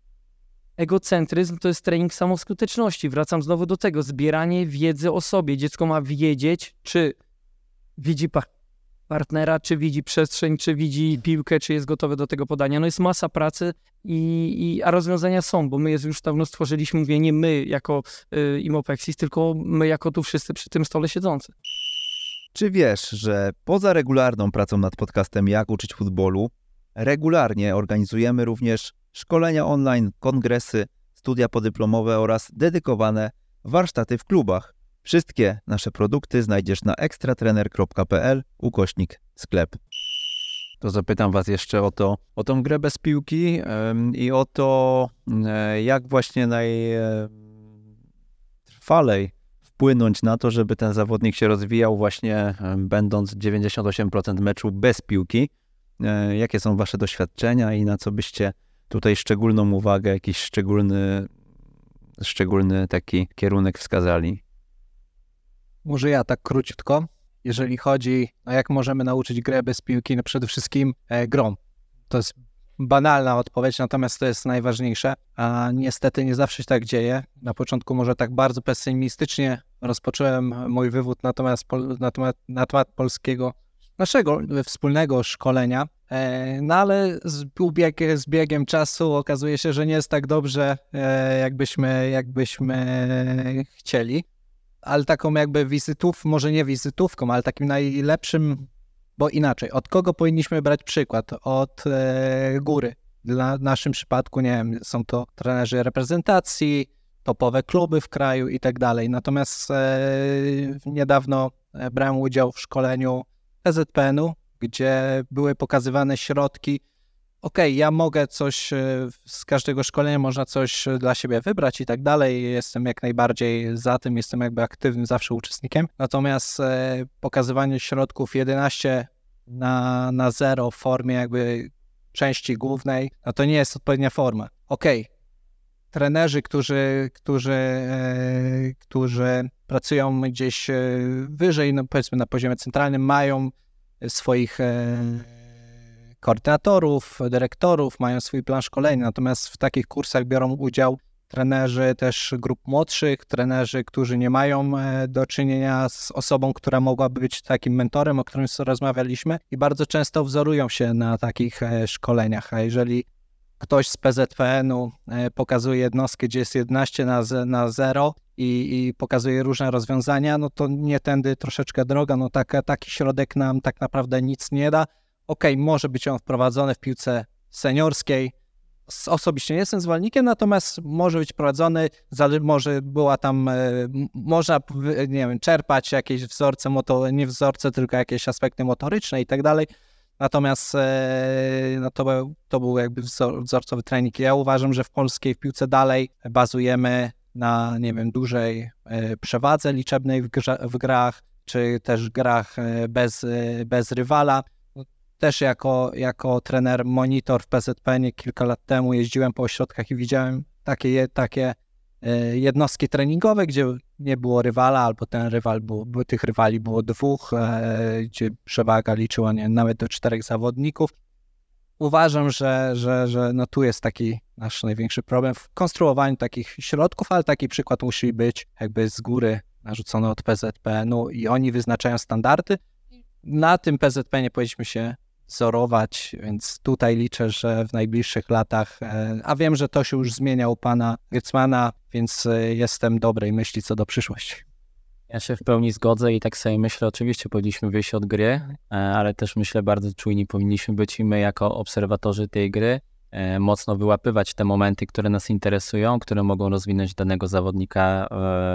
[SPEAKER 2] egocentryzm, to jest trening samoskuteczności. Wracam znowu do tego, zbieranie wiedzy o sobie. Dziecko ma wiedzieć, czy widzi pa- partnera, czy widzi przestrzeń, czy widzi piłkę, czy jest gotowy do tego podania. No jest masa pracy, i, i, a rozwiązania są, bo my je już dawno stworzyliśmy, mówię, nie my jako y, Imopexis, tylko my jako tu wszyscy przy tym stole siedzący.
[SPEAKER 1] Czy wiesz, że poza regularną pracą nad podcastem Jak uczyć futbolu, regularnie organizujemy również szkolenia online, kongresy, studia podyplomowe oraz dedykowane warsztaty w klubach. Wszystkie nasze produkty znajdziesz na ekstratrener kropka p l ukośnik sklep. To zapytam was jeszcze o to, o tą grę bez piłki ym, i o to, y, jak właśnie najtrwalej wpłynąć na to, żeby ten zawodnik się rozwijał właśnie y, będąc dziewięćdziesiąt osiem procent meczu bez piłki. Y, jakie są wasze doświadczenia i na co byście tutaj szczególną uwagę, jakiś szczególny, szczególny taki kierunek wskazali?
[SPEAKER 5] Może ja tak króciutko, jeżeli chodzi o jak możemy nauczyć grę bez piłki, no przede wszystkim e, grą. To jest banalna odpowiedź, natomiast to jest najważniejsze, a niestety nie zawsze się tak dzieje. Na początku może tak bardzo pesymistycznie rozpocząłem mój wywód na temat, na temat, na temat polskiego, naszego wspólnego szkolenia, e, no ale z, ubieg, z biegiem czasu okazuje się, że nie jest tak dobrze, e, jakbyśmy, jakbyśmy chcieli. Ale taką jakby wizytów, może nie wizytówką, ale takim najlepszym, bo inaczej, od kogo powinniśmy brać przykład? Od e, góry. Dla, w naszym przypadku, nie wiem, są to trenerzy reprezentacji, topowe kluby w kraju i tak dalej. Natomiast e, niedawno brałem udział w szkoleniu P Z P N-u, gdzie były pokazywane środki. Okej, okay, ja mogę coś, z każdego szkolenia można coś dla siebie wybrać i tak dalej. Jestem jak najbardziej za tym, jestem jakby aktywnym zawsze uczestnikiem. Natomiast e, pokazywanie środków jedenaście na, na zero w formie jakby części głównej, no to nie jest odpowiednia forma. Okej, okay. Trenerzy, którzy, którzy, e, którzy pracują gdzieś wyżej, no powiedzmy na poziomie centralnym, mają swoich e, koordynatorów, dyrektorów, mają swój plan szkolenia, natomiast w takich kursach biorą udział trenerzy też grup młodszych, trenerzy, którzy nie mają e, do czynienia z osobą, która mogłaby być takim mentorem, o którym rozmawialiśmy i bardzo często wzorują się na takich e, szkoleniach, a jeżeli ktoś z P Z P N-u e, pokazuje jednostkę, gdzie jest jedenaście na zero i, i pokazuje różne rozwiązania, no to nie tędy troszeczkę droga, no tak, taki środek nam tak naprawdę nic nie da. Okej, okay, może być on wprowadzony w piłce seniorskiej. Osobiście nie jestem zwolennikiem, natomiast może być prowadzony, może była tam, można, nie wiem, czerpać jakieś wzorce, moto, nie wzorce, tylko jakieś aspekty motoryczne i tak dalej. Natomiast no to, był, to był jakby wzor, wzorcowy trening. Ja uważam, że w polskiej w piłce dalej bazujemy na, nie wiem, dużej przewadze liczebnej w, grze, w grach, czy też grach bez, bez rywala. Też jako, jako trener monitor w P Z P N-ie kilka lat temu jeździłem po ośrodkach i widziałem takie, takie jednostki treningowe, gdzie nie było rywala, albo ten rywal, był, tych rywali było dwóch, gdzie przewaga liczyła nie, nawet do czterech zawodników. Uważam, że, że, że no tu jest taki nasz największy problem w konstruowaniu takich środków, ale taki przykład musi być jakby z góry narzucony od P Z P N-u i oni wyznaczają standardy. Na tym P Z P N-ie powinniśmy się wzorować, więc tutaj liczę, że w najbliższych latach, a wiem, że to się już zmienia u pana Grycmana, więc jestem dobrej myśli co do przyszłości.
[SPEAKER 8] Ja się w pełni zgodzę i tak sobie myślę, oczywiście powinniśmy wyjść od gry, ale też myślę bardzo czujni powinniśmy być i my jako obserwatorzy tej gry mocno wyłapywać te momenty, które nas interesują, które mogą rozwinąć danego zawodnika,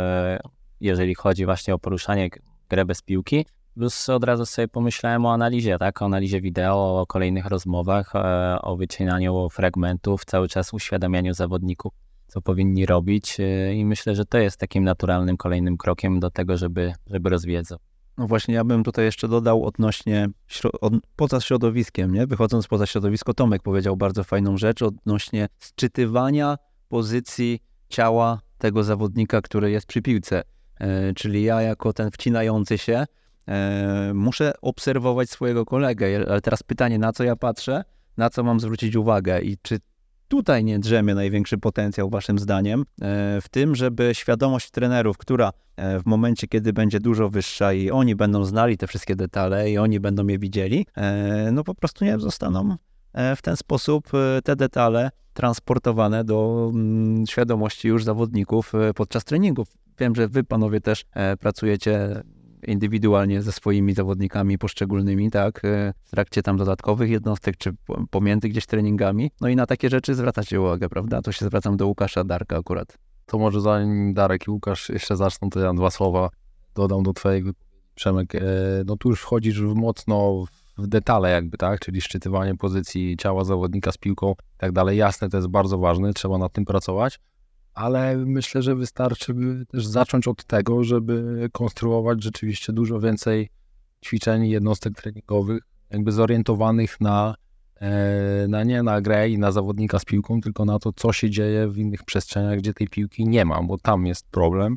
[SPEAKER 8] jeżeli chodzi właśnie o poruszanie grę bez piłki. Plus od razu sobie pomyślałem o analizie, tak? O analizie wideo, o kolejnych rozmowach, o wycinaniu fragmentów, cały czas uświadamianiu zawodników, co powinni robić i myślę, że to jest takim naturalnym kolejnym krokiem do tego, żeby, żeby rozwijać.
[SPEAKER 1] No właśnie, ja bym tutaj jeszcze dodał odnośnie, od, poza środowiskiem, nie? Wychodząc poza środowisko, Tomek powiedział bardzo fajną rzecz odnośnie sczytywania pozycji ciała tego zawodnika, który jest przy piłce. E, czyli ja jako ten wcinający się e, muszę obserwować swojego kolegę, ale teraz pytanie, na co ja patrzę, na co mam zwrócić uwagę i czy tutaj nie drzemie największy potencjał waszym zdaniem w tym, żeby świadomość trenerów, która w momencie, kiedy będzie dużo wyższa i oni będą znali te wszystkie detale i oni będą je widzieli, no po prostu nie zostaną w ten sposób te detale transportowane do świadomości już zawodników podczas treningów. Wiem, że wy panowie też pracujecie indywidualnie ze swoimi zawodnikami poszczególnymi, tak, w trakcie tam dodatkowych jednostek, czy pomiędzy gdzieś treningami. No i na takie rzeczy zwracacie uwagę, prawda? To się zwracam do Łukasza, Darka akurat.
[SPEAKER 7] To może zanim Darek i Łukasz jeszcze zaczną, to ja dwa słowa dodam do twojej wypowiedzi. Przemek, no tu już wchodzisz mocno w detale jakby, tak, czyli szczytywanie pozycji ciała zawodnika z piłką i tak dalej. Jasne, to jest bardzo ważne, trzeba nad tym pracować. Ale myślę, że wystarczy też zacząć od tego, żeby konstruować rzeczywiście dużo więcej ćwiczeń, jednostek treningowych, jakby zorientowanych na, na nie na grę i na zawodnika z piłką, tylko na to, co się dzieje w innych przestrzeniach, gdzie tej piłki nie ma, bo tam jest problem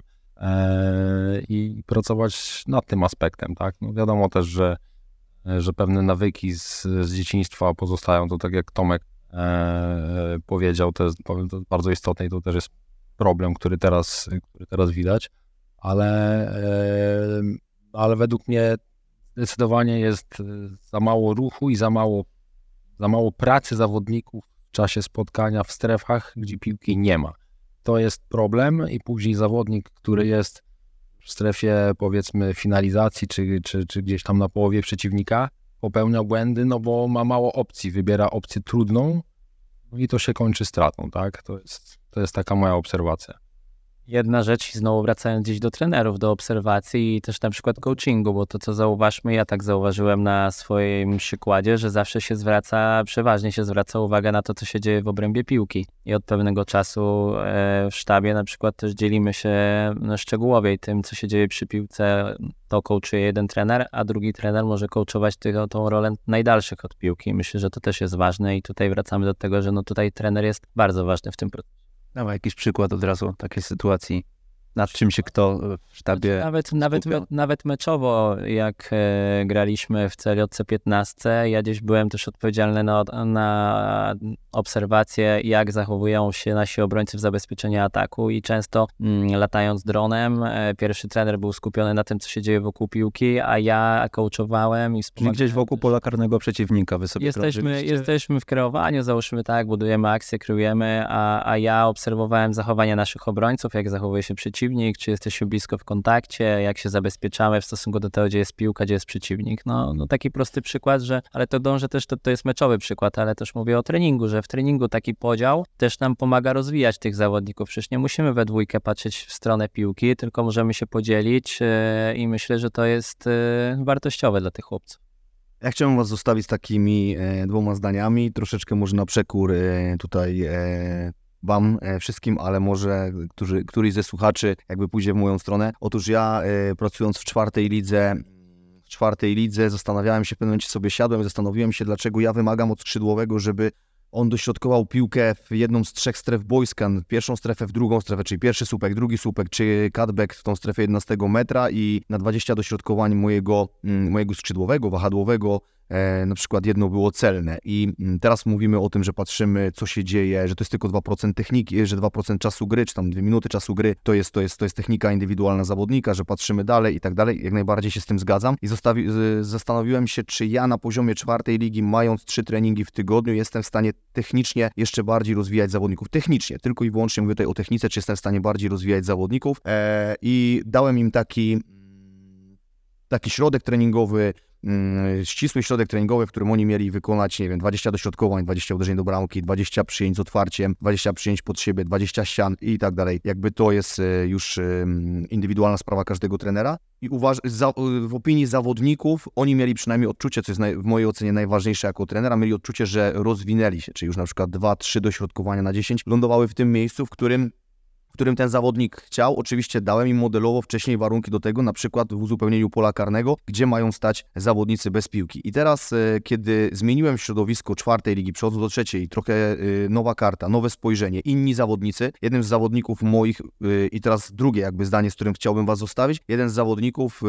[SPEAKER 7] i pracować nad tym aspektem, tak? No wiadomo też, że, że pewne nawyki z, z dzieciństwa pozostają, to tak jak Tomek powiedział, to jest, to jest bardzo istotne i to też jest problem, który teraz, który teraz widać, ale, ale według mnie zdecydowanie jest za mało ruchu i za mało, za mało pracy zawodników w czasie spotkania w strefach, gdzie piłki nie ma. To jest problem i później zawodnik, który jest w strefie powiedzmy finalizacji, czy, czy, czy gdzieś tam na połowie przeciwnika, popełnia błędy, no bo ma mało opcji, wybiera opcję trudną, no i to się kończy stratą, tak? To jest, to jest taka moja obserwacja.
[SPEAKER 8] Jedna rzecz, i znowu wracając gdzieś do trenerów, do obserwacji i też na przykład coachingu, bo to co zauważmy, ja tak zauważyłem na swoim przykładzie, że zawsze się zwraca, przeważnie się zwraca uwagę na to, co się dzieje w obrębie piłki. I od pewnego czasu e, w sztabie na przykład też dzielimy się no, szczegółowiej tym, co się dzieje przy piłce. To coachuje jeden trener, a drugi trener może coachować tylko tą rolę najdalszych od piłki. Myślę, że to też jest ważne i tutaj wracamy do tego, że no tutaj trener jest bardzo ważny w tym procesie.
[SPEAKER 1] Dawaj jakiś przykład od razu takiej sytuacji, nad czym się kto w sztabie
[SPEAKER 8] Nawet, nawet, me, nawet meczowo, jak e, graliśmy w C L J C piętnaście, ja gdzieś byłem też odpowiedzialny na, na obserwację, jak zachowują się nasi obrońcy w zabezpieczeniu ataku i często mm, latając dronem, e, pierwszy trener był skupiony na tym, co się dzieje wokół piłki, a ja coachowałem i
[SPEAKER 1] Czyli gdzieś wokół pola karnego przeciwnika wy sobie
[SPEAKER 8] jesteśmy, jesteśmy w kreowaniu, załóżmy tak, budujemy akcję, kreujemy, a, a ja obserwowałem zachowania naszych obrońców, jak zachowuje się przeciwnik, czy jesteśmy blisko w kontakcie, jak się zabezpieczamy w stosunku do tego, gdzie jest piłka, gdzie jest przeciwnik. No, no taki prosty przykład, że, ale to dążę też, to, to jest meczowy przykład, ale też mówię o treningu, że w treningu taki podział też nam pomaga rozwijać tych zawodników. Przecież nie musimy we dwójkę patrzeć w stronę piłki, tylko możemy się podzielić yy, i myślę, że to jest yy, wartościowe dla tych chłopców.
[SPEAKER 4] Ja chciałem was zostawić z takimi e, dwoma zdaniami, troszeczkę może na przekór e, tutaj e, wam e, wszystkim, ale może którzy, któryś ze słuchaczy jakby pójdzie w moją stronę. Otóż ja e, pracując w czwartej lidze, w czwartej lidze zastanawiałem się, w pewnym momencie sobie siadłem i zastanowiłem się, dlaczego ja wymagam od skrzydłowego, żeby on dośrodkował piłkę w jedną z trzech stref boiska, pierwszą strefę, w drugą strefę, czyli pierwszy słupek, drugi słupek, czy cutback w tą strefę jedenastego metra i na dwadzieścia dośrodkowań mojego, mojego skrzydłowego, wahadłowego, e, na przykład jedno było celne. I teraz mówimy o tym, że patrzymy, co się dzieje, że to jest tylko dwa procent techniki, że dwa procent czasu gry, czy tam dwie minuty czasu gry, to jest, to jest, to jest technika indywidualna zawodnika, że patrzymy dalej i tak dalej. Jak najbardziej się z tym zgadzam. I zostawi, zastanowiłem się, czy ja na poziomie czwartej ligi, mając trzy treningi w tygodniu, jestem w stanie technicznie jeszcze bardziej rozwijać zawodników. Technicznie, tylko i wyłącznie mówię tutaj o technice, czy jestem w stanie bardziej rozwijać zawodników. Eee, I dałem im taki, taki środek treningowy, mm, ścisły środek treningowy, w którym oni mieli wykonać, nie wiem, dwadzieścia dośrodkowań, dwadzieścia uderzeń do bramki, dwadzieścia przyjęć z otwarciem, dwadzieścia przyjęć pod siebie, dwadzieścia ścian i tak dalej. Jakby to jest e, już e, indywidualna sprawa każdego trenera. I uważ, za, w opinii zawodników oni mieli przynajmniej odczucie, co jest naj, w mojej ocenie najważniejsze jako trenera, mieli odczucie, że rozwinęli się, czyli już na przykład dwa trzy dośrodkowania na dziesięć lądowały w tym miejscu, w którym w którym ten zawodnik chciał. Oczywiście dałem im modelowo wcześniej warunki do tego, na przykład w uzupełnieniu pola karnego, gdzie mają stać zawodnicy bez piłki. I teraz, kiedy zmieniłem środowisko czwartej ligi, przechodząc do trzeciej, trochę nowa karta, nowe spojrzenie, inni zawodnicy, jeden z zawodników moich, i teraz drugie jakby zdanie, z którym chciałbym was zostawić, jeden z zawodników,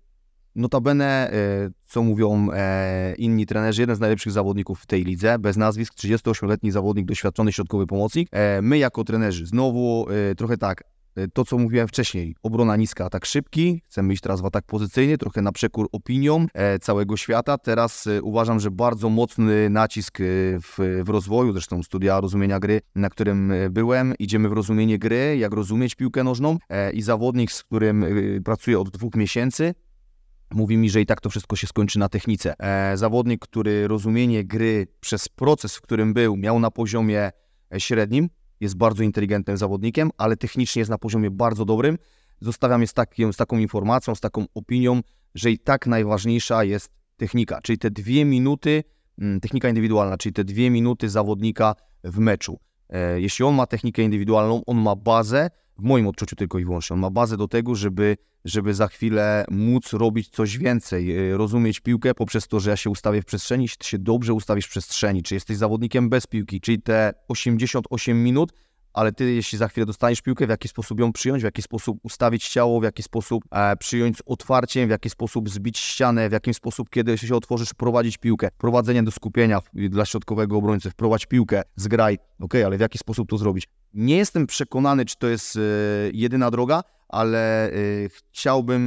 [SPEAKER 4] notabene, co mówią inni trenerzy, jeden z najlepszych zawodników w tej lidze, bez nazwisk, trzydziestoośmioletni zawodnik, doświadczony środkowy pomocnik. My jako trenerzy, znowu trochę tak, to co mówiłem wcześniej, obrona niska, atak szybki, chcemy iść teraz w atak pozycyjny, trochę na przekór opiniom całego świata. Teraz uważam, że bardzo mocny nacisk w, w rozwoju, zresztą studia rozumienia gry, na którym byłem, idziemy w rozumienie gry, jak rozumieć piłkę nożną i zawodnik, z którym pracuję od dwóch miesięcy, mówi mi, że i tak to wszystko się skończy na technice. E, zawodnik, który rozumienie gry przez proces, w którym był, miał na poziomie średnim, jest bardzo inteligentnym zawodnikiem, ale technicznie jest na poziomie bardzo dobrym. Zostawiam je z, takim, z taką informacją, z taką opinią, że i tak najważniejsza jest technika, czyli te dwie minuty, technika indywidualna, czyli te dwie minuty zawodnika w meczu. E, jeśli on ma technikę indywidualną, on ma bazę, w moim odczuciu tylko i wyłącznie, on ma bazę do tego, żeby, żeby za chwilę móc robić coś więcej, rozumieć piłkę poprzez to, że ja się ustawię w przestrzeni, jeśli ty się dobrze ustawisz w przestrzeni, czy jesteś zawodnikiem bez piłki, czyli te osiemdziesiąt osiem minut, ale ty, jeśli za chwilę dostaniesz piłkę, w jaki sposób ją przyjąć, w jaki sposób ustawić ciało, w jaki sposób e, przyjąć z otwarciem, w jaki sposób zbić ścianę, w jaki sposób, kiedy się otworzysz, prowadzić piłkę, prowadzenie do skupienia dla środkowego obrońcy, wprowadź piłkę, zgraj, ok, ale w jaki sposób to zrobić. Nie jestem przekonany, czy to jest e, jedyna droga, ale e, chciałbym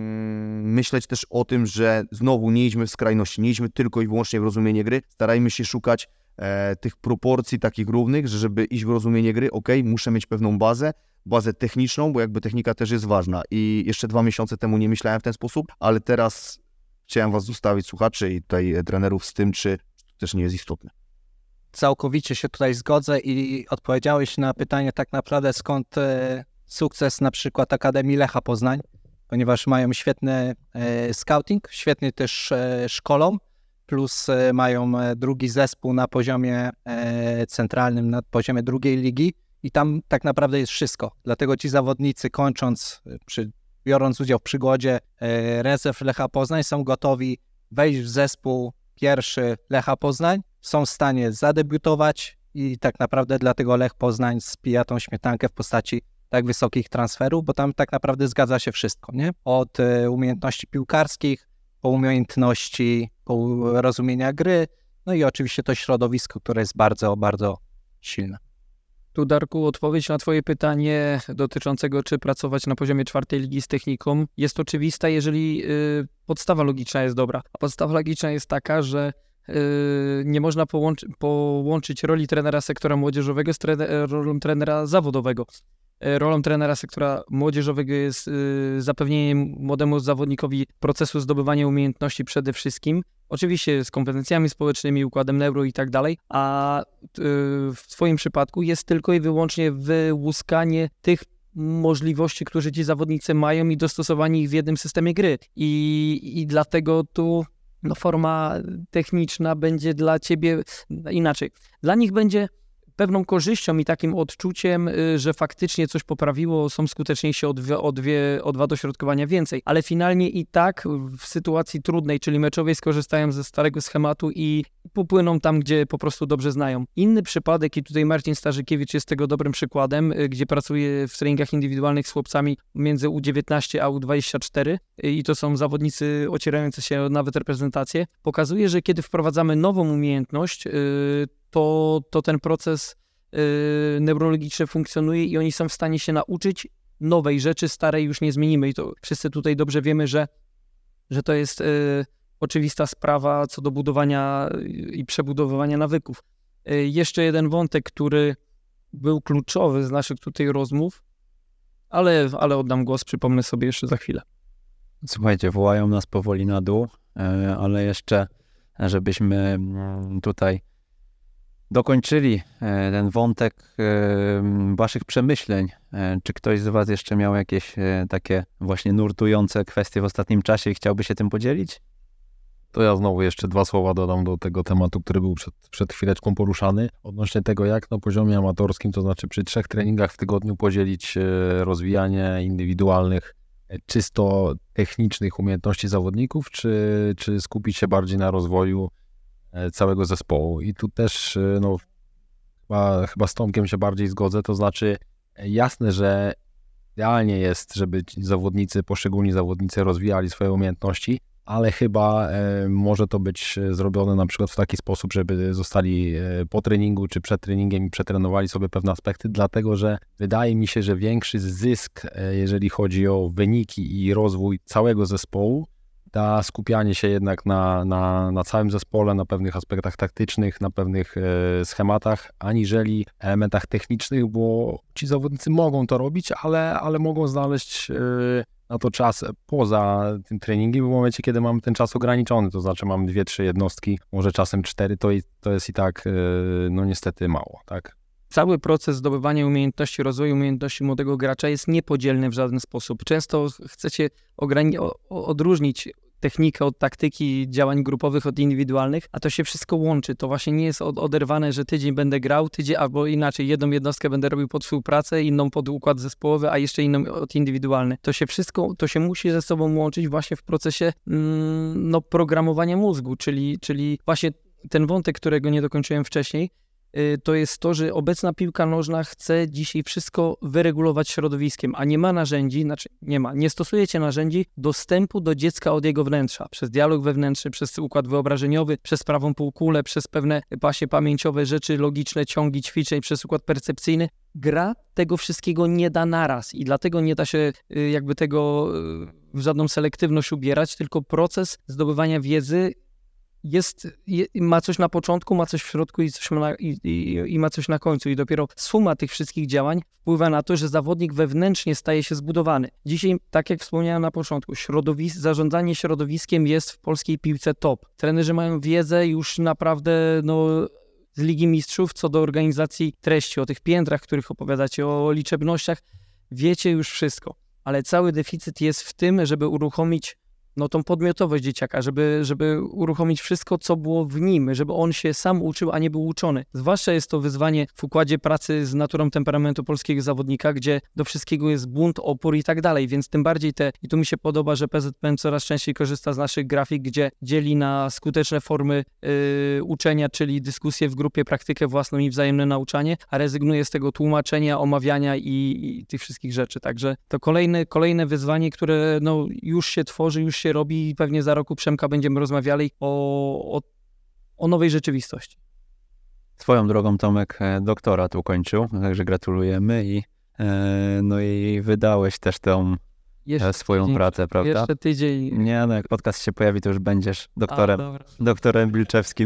[SPEAKER 4] mm, myśleć też o tym, że znowu nie idźmy w skrajności, nie idźmy tylko i wyłącznie w rozumienie gry, starajmy się szukać E, tych proporcji takich równych, że żeby iść w rozumienie gry, ok, muszę mieć pewną bazę, bazę techniczną, bo jakby technika też jest ważna i jeszcze dwa miesiące temu nie myślałem w ten sposób, ale teraz chciałem was zostawić, słuchaczy i tutaj trenerów, z tym, czy to też nie jest istotne.
[SPEAKER 5] Całkowicie się tutaj zgodzę i odpowiedziałeś na pytanie tak naprawdę skąd, sukces na przykład Akademii Lecha Poznań, ponieważ mają świetny e, scouting, świetnie też e, szkolą, plus e, mają drugi zespół na poziomie e, centralnym, na poziomie drugiej ligi i tam tak naprawdę jest wszystko. Dlatego ci zawodnicy kończąc, przy, biorąc udział w przygodzie e, rezerw Lecha Poznań są gotowi wejść w zespół pierwszy Lecha Poznań, są w stanie zadebiutować i tak naprawdę dlatego Lech Poznań spija tą śmietankę w postaci tak wysokich transferów, bo tam tak naprawdę zgadza się wszystko, nie? Od e, umiejętności piłkarskich, po umiejętności, po rozumienia gry, no i oczywiście to środowisko, które jest bardzo, bardzo silne.
[SPEAKER 2] Tu, Darku, odpowiedź na twoje pytanie dotyczącego, czy pracować na poziomie czwartej ligi z techniką jest oczywista, jeżeli y, podstawa logiczna jest dobra. A podstawa logiczna jest taka, że y, nie można połączy, połączyć roli trenera sektora młodzieżowego z trener, rolą trenera zawodowego. Rolą trenera sektora młodzieżowego jest y, zapewnienie młodemu zawodnikowi procesu zdobywania umiejętności przede wszystkim, oczywiście z kompetencjami społecznymi, układem neuro i tak dalej, a y, w twoim przypadku jest tylko i wyłącznie wyłuskanie tych możliwości, które ci zawodnicy mają i dostosowanie ich w jednym systemie gry. I, i dlatego tu no, forma techniczna będzie dla ciebie inaczej. Dla nich będzie pewną korzyścią i takim odczuciem, że faktycznie coś poprawiło, są skuteczniejsi o, dwie, o, dwie, o dwa dośrodkowania więcej, ale finalnie i tak w sytuacji trudnej, czyli meczowej, skorzystają ze starego schematu i popłyną tam, gdzie po prostu dobrze znają. Inny przypadek i tutaj Marcin Starzykiewicz jest tego dobrym przykładem, gdzie pracuje w treningach indywidualnych z chłopcami między U dziewiętnaście a U dwadzieścia cztery i to są zawodnicy ocierający się nawet reprezentację. Pokazuje, że kiedy wprowadzamy nową umiejętność, to, to ten proces yy, neurologiczny funkcjonuje i oni są w stanie się nauczyć nowej rzeczy, starej już nie zmienimy. I to wszyscy tutaj dobrze wiemy, że, że to jest yy, oczywista sprawa co do budowania i przebudowywania nawyków. Yy, jeszcze jeden wątek, który był kluczowy z naszych tutaj rozmów, ale, ale oddam głos, przypomnę sobie jeszcze za chwilę.
[SPEAKER 1] Słuchajcie, wołają nas powoli na dół, yy, ale jeszcze, żebyśmy yy, tutaj dokończyli ten wątek waszych przemyśleń. Czy ktoś z was jeszcze miał jakieś takie właśnie nurtujące kwestie w ostatnim czasie i chciałby się tym podzielić?
[SPEAKER 7] To ja znowu jeszcze dwa słowa dodam do tego tematu, który był przed, przed chwileczką poruszany. Odnośnie tego, jak na poziomie amatorskim, to znaczy przy trzech treningach w tygodniu podzielić rozwijanie indywidualnych, czysto technicznych umiejętności zawodników, czy, czy skupić się bardziej na rozwoju całego zespołu. I tu też no, chyba, chyba z Tomkiem się bardziej zgodzę, to znaczy jasne, że idealnie jest, żeby ci zawodnicy, poszczególni zawodnicy rozwijali swoje umiejętności, ale chyba e, może to być zrobione na przykład w taki sposób, żeby zostali e, po treningu czy przed treningiem i przetrenowali sobie pewne aspekty, dlatego że wydaje mi się, że większy zysk, e, jeżeli chodzi o wyniki i rozwój całego zespołu, da skupianie się jednak na, na, na całym zespole, na pewnych aspektach taktycznych, na pewnych e, schematach, aniżeli elementach technicznych, bo ci zawodnicy mogą to robić, ale, ale mogą znaleźć e, na to czas poza tym treningiem, w momencie, kiedy mamy ten czas ograniczony, to znaczy mamy dwie, trzy jednostki, może czasem cztery, to, i, to jest i tak e, no niestety mało, tak?
[SPEAKER 2] Cały proces zdobywania umiejętności, rozwoju umiejętności młodego gracza jest niepodzielny w żaden sposób. Często chcecie ograni- odróżnić technikę od taktyki, działań grupowych od indywidualnych, a to się wszystko łączy. To właśnie nie jest od- oderwane, że tydzień będę grał, tydzień albo inaczej, jedną jednostkę będę robił pod współpracę, inną pod układ zespołowy, a jeszcze inną od indywidualny. To się wszystko, to się musi ze sobą łączyć właśnie w procesie mm, no, programowania mózgu, czyli, czyli właśnie ten wątek, którego nie dokończyłem wcześniej, to jest to, że obecna piłka nożna chce dzisiaj wszystko wyregulować środowiskiem, a nie ma narzędzi, znaczy nie ma, nie stosujecie narzędzi dostępu do dziecka od jego wnętrza, przez dialog wewnętrzny, przez układ wyobrażeniowy, przez prawą półkulę, przez pewne pasie pamięciowe rzeczy logiczne, ciągi ćwiczeń, przez układ percepcyjny. Gra tego wszystkiego nie da naraz i dlatego nie da się jakby tego w żadną selektywność ubierać, tylko proces zdobywania wiedzy jest, je, ma coś na początku, ma coś w środku i, coś ma na, i, i, i ma coś na końcu. I dopiero suma tych wszystkich działań wpływa na to, że zawodnik wewnętrznie staje się zbudowany. Dzisiaj, tak jak wspomniałem na początku, środowis- zarządzanie środowiskiem jest w polskiej piłce top. Trenerzy mają wiedzę już naprawdę no, z Ligi Mistrzów co do organizacji treści, o tych piętrach, których opowiadacie, o liczebnościach. wiecie już wszystko, ale cały deficyt jest w tym, żeby uruchomić no tą podmiotowość dzieciaka, żeby, żeby uruchomić wszystko, co było w nim, żeby on się sam uczył, a nie był uczony. Zwłaszcza jest to wyzwanie w układzie pracy z naturą temperamentu polskiego zawodnika, gdzie do wszystkiego jest bunt, opór i tak dalej, więc tym bardziej te, i tu mi się podoba, że P Z P N coraz częściej korzysta z naszych grafik, gdzie dzieli na skuteczne formy yy, uczenia, czyli dyskusje w grupie, praktykę własną i wzajemne nauczanie, a rezygnuje z tego tłumaczenia, omawiania i, i tych wszystkich rzeczy. Także to kolejne, kolejne wyzwanie, które no, już się tworzy, już się robi i pewnie za roku Przemka będziemy rozmawiali o, o, o nowej rzeczywistości.
[SPEAKER 1] Swoją drogą Tomek doktora tu kończył, także gratulujemy i e, no i wydałeś też tą
[SPEAKER 2] Jeszcze
[SPEAKER 1] swoją
[SPEAKER 2] tydzień,
[SPEAKER 1] pracę, prawda?
[SPEAKER 2] Jeszcze tydzień.
[SPEAKER 1] Nie, no jak podcast się pojawi, to już będziesz doktorem,
[SPEAKER 2] A,
[SPEAKER 1] doktorem Wilczewskim.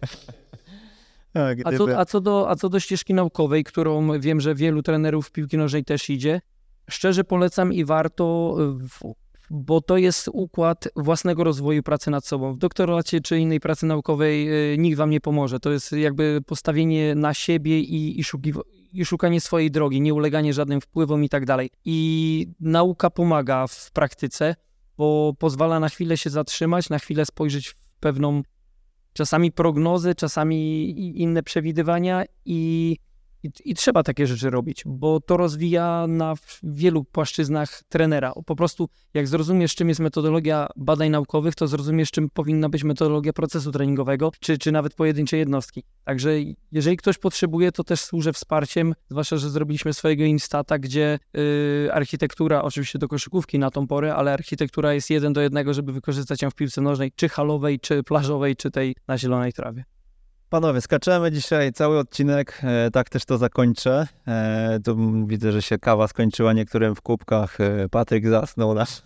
[SPEAKER 1] A,
[SPEAKER 2] a, co, a, co do, a co do ścieżki naukowej, którą wiem, że wielu trenerów piłki nożnej też idzie, szczerze polecam i warto, w, bo to jest układ własnego rozwoju pracy nad sobą. W doktoracie czy innej pracy naukowej y, nikt wam nie pomoże. To jest jakby postawienie na siebie i, i, szuki, i szukanie swojej drogi, nie uleganie żadnym wpływom i tak dalej. I nauka pomaga w praktyce, bo pozwala na chwilę się zatrzymać, na chwilę spojrzeć w pewną czasami prognozę, czasami inne przewidywania i I, I trzeba takie rzeczy robić, bo to rozwija na wielu płaszczyznach trenera. Po prostu jak zrozumiesz, czym jest metodologia badań naukowych, to zrozumiesz, czym powinna być metodologia procesu treningowego, czy, czy nawet pojedyncze jednostki. Także jeżeli ktoś potrzebuje, to też służę wsparciem, zwłaszcza, że zrobiliśmy swojego Instata, gdzie yy, architektura, oczywiście do koszykówki na tą porę, ale architektura jest jeden do jednego, żeby wykorzystać ją w piłce nożnej, czy halowej, czy plażowej, czy tej na zielonej trawie.
[SPEAKER 1] Panowie, skaczemy dzisiaj cały odcinek, e, tak też to zakończę. E, tu widzę, że się kawa skończyła niektórym w kubkach. E, Patryk zasnął nas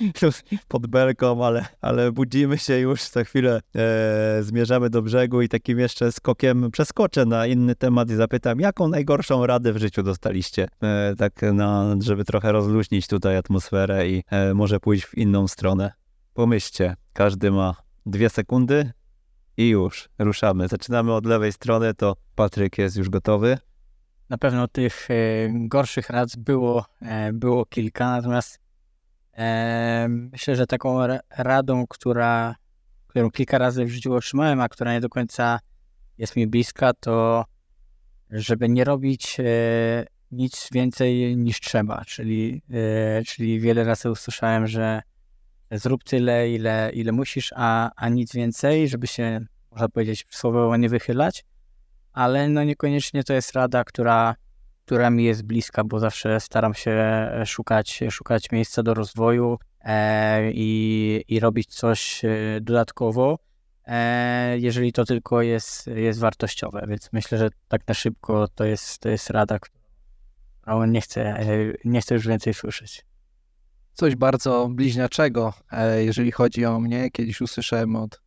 [SPEAKER 1] pod belką, ale, ale budzimy się już za chwilę. E, zmierzamy do brzegu i takim jeszcze skokiem przeskoczę na inny temat i zapytam, jaką najgorszą radę w życiu dostaliście? E, tak, na, żeby trochę rozluźnić tutaj atmosferę i e, może pójść w inną stronę. Pomyślcie, każdy ma dwie sekundy. I już, ruszamy. Zaczynamy od lewej strony, to Patryk jest już gotowy.
[SPEAKER 3] Na pewno tych e, gorszych rad było, e, było kilka, natomiast e, myślę, że taką ra- radą, która, którą kilka razy w życiu otrzymałem, a która nie do końca jest mi bliska, to żeby nie robić e, nic więcej niż trzeba. Czyli, e, czyli wiele razy usłyszałem, że zrób tyle, ile, ile musisz, a, a nic więcej, żeby się, można powiedzieć, słowo nie wychylać, ale no niekoniecznie to jest rada, która, która mi jest bliska, bo zawsze staram się szukać, szukać miejsca do rozwoju e, i, i robić coś dodatkowo, e, jeżeli to tylko jest, jest wartościowe, więc myślę, że tak na szybko to jest, to jest rada, którą nie chcę, nie chcę już więcej słyszeć.
[SPEAKER 5] Coś bardzo bliźniaczego, jeżeli chodzi o mnie. Kiedyś usłyszałem od...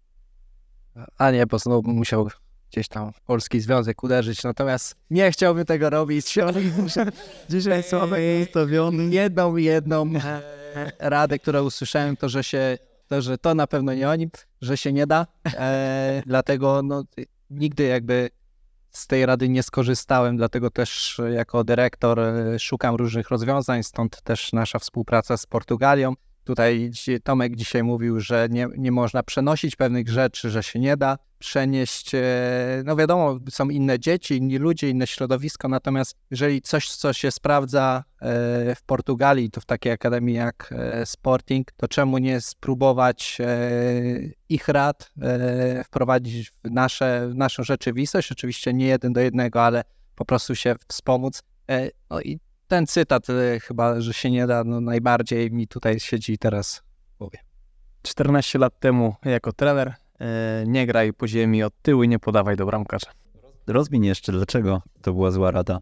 [SPEAKER 5] A nie, bo znowu bym musiał gdzieś tam w Polski Związek uderzyć, natomiast nie chciałbym tego robić. Dzisiaj słabo ustawiony. Jedną, jedną radę, którą usłyszałem, to, że się, to, że to na pewno nie o nim, że się nie da. E, dlatego no, nigdy jakby z tej rady nie skorzystałem, dlatego też jako dyrektor szukam różnych rozwiązań, stąd też nasza współpraca z Portugalią. Tutaj Tomek dzisiaj mówił, że nie, nie można przenosić pewnych rzeczy, że się nie da przenieść. No wiadomo, są inne dzieci, inni ludzie, inne środowisko, natomiast jeżeli coś, co się sprawdza w Portugalii, to w takiej akademii jak Sporting, to czemu nie spróbować ich rad wprowadzić w, nasze, w naszą rzeczywistość? Oczywiście nie jeden do jednego, ale po prostu się wspomóc. No i ten cytat chyba, że się nie da, no najbardziej mi tutaj siedzi teraz w głowie.
[SPEAKER 2] czternaście lat temu jako trener nie graj po ziemi od tyłu i nie podawaj do bramkarza.
[SPEAKER 1] Rozwiń jeszcze, dlaczego to była zła rada.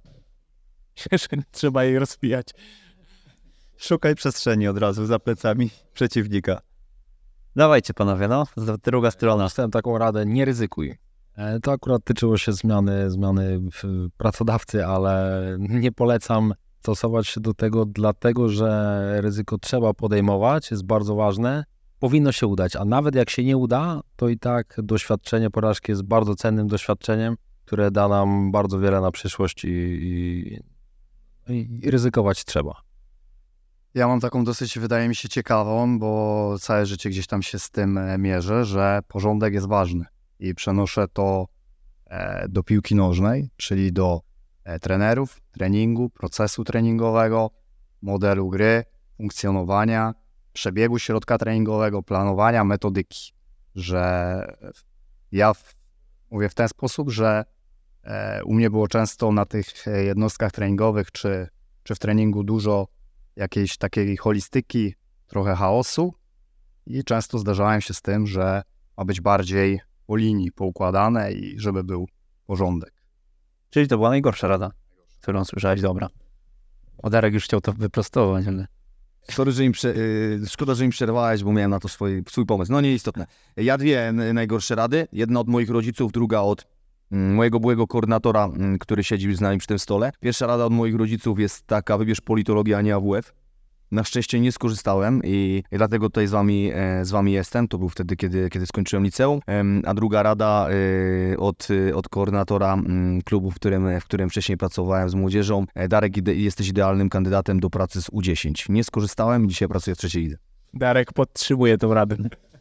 [SPEAKER 2] Trzeba jej rozwijać.
[SPEAKER 1] Szukaj przestrzeni od razu za plecami przeciwnika. Dawajcie panowie, no, druga strona.
[SPEAKER 7] Dostałem taką radę, nie ryzykuj. To akurat tyczyło się zmiany, zmiany pracodawcy, ale nie polecam stosować się do tego, dlatego że ryzyko trzeba podejmować, jest bardzo ważne. Powinno się udać, a nawet jak się nie uda, to i tak doświadczenie porażki jest bardzo cennym doświadczeniem, które da nam bardzo wiele na przyszłość i, i, i ryzykować trzeba.
[SPEAKER 6] Ja mam taką dosyć, wydaje mi się, ciekawą, bo całe życie gdzieś tam się z tym e, mierzę, że porządek jest ważny i przenoszę to e, do piłki nożnej, czyli do e, trenerów, treningu, procesu treningowego, modelu gry, funkcjonowania, przebiegu środka treningowego, planowania, metodyki, że ja w, mówię w ten sposób, że e, u mnie było często na tych jednostkach treningowych czy, czy w treningu dużo jakiejś takiej holistyki, trochę chaosu i często zdarzałem się z tym, że ma być bardziej po linii poukładane i żeby był porządek.
[SPEAKER 1] Czyli to była najgorsza rada, którą słyszałeś, dobra. O, Darek już chciał to wyprostować, ale...
[SPEAKER 4] Sorry, że im prze... yy, szkoda, że im przerwałeś, bo miałem na to swój, swój pomysł. No nieistotne. Ja dwie n- najgorsze rady. Jedna od moich rodziców, druga od mm, mojego byłego koordynatora, mm, który siedzi z nami przy tym stole. Pierwsza rada od moich rodziców jest taka: wybierz politologię, a nie A W F. Na szczęście nie skorzystałem i, i dlatego tutaj z wami, e, z wami jestem. To był wtedy, kiedy, kiedy skończyłem liceum. E, a druga rada e, od, od koordynatora m, klubu, w którym, w którym wcześniej pracowałem z młodzieżą. E, Darek, ide, jesteś idealnym kandydatem do pracy z U dziesięć. Nie skorzystałem i dzisiaj pracuję w trzeciej lidze.
[SPEAKER 3] Darek podtrzymuje tą radę.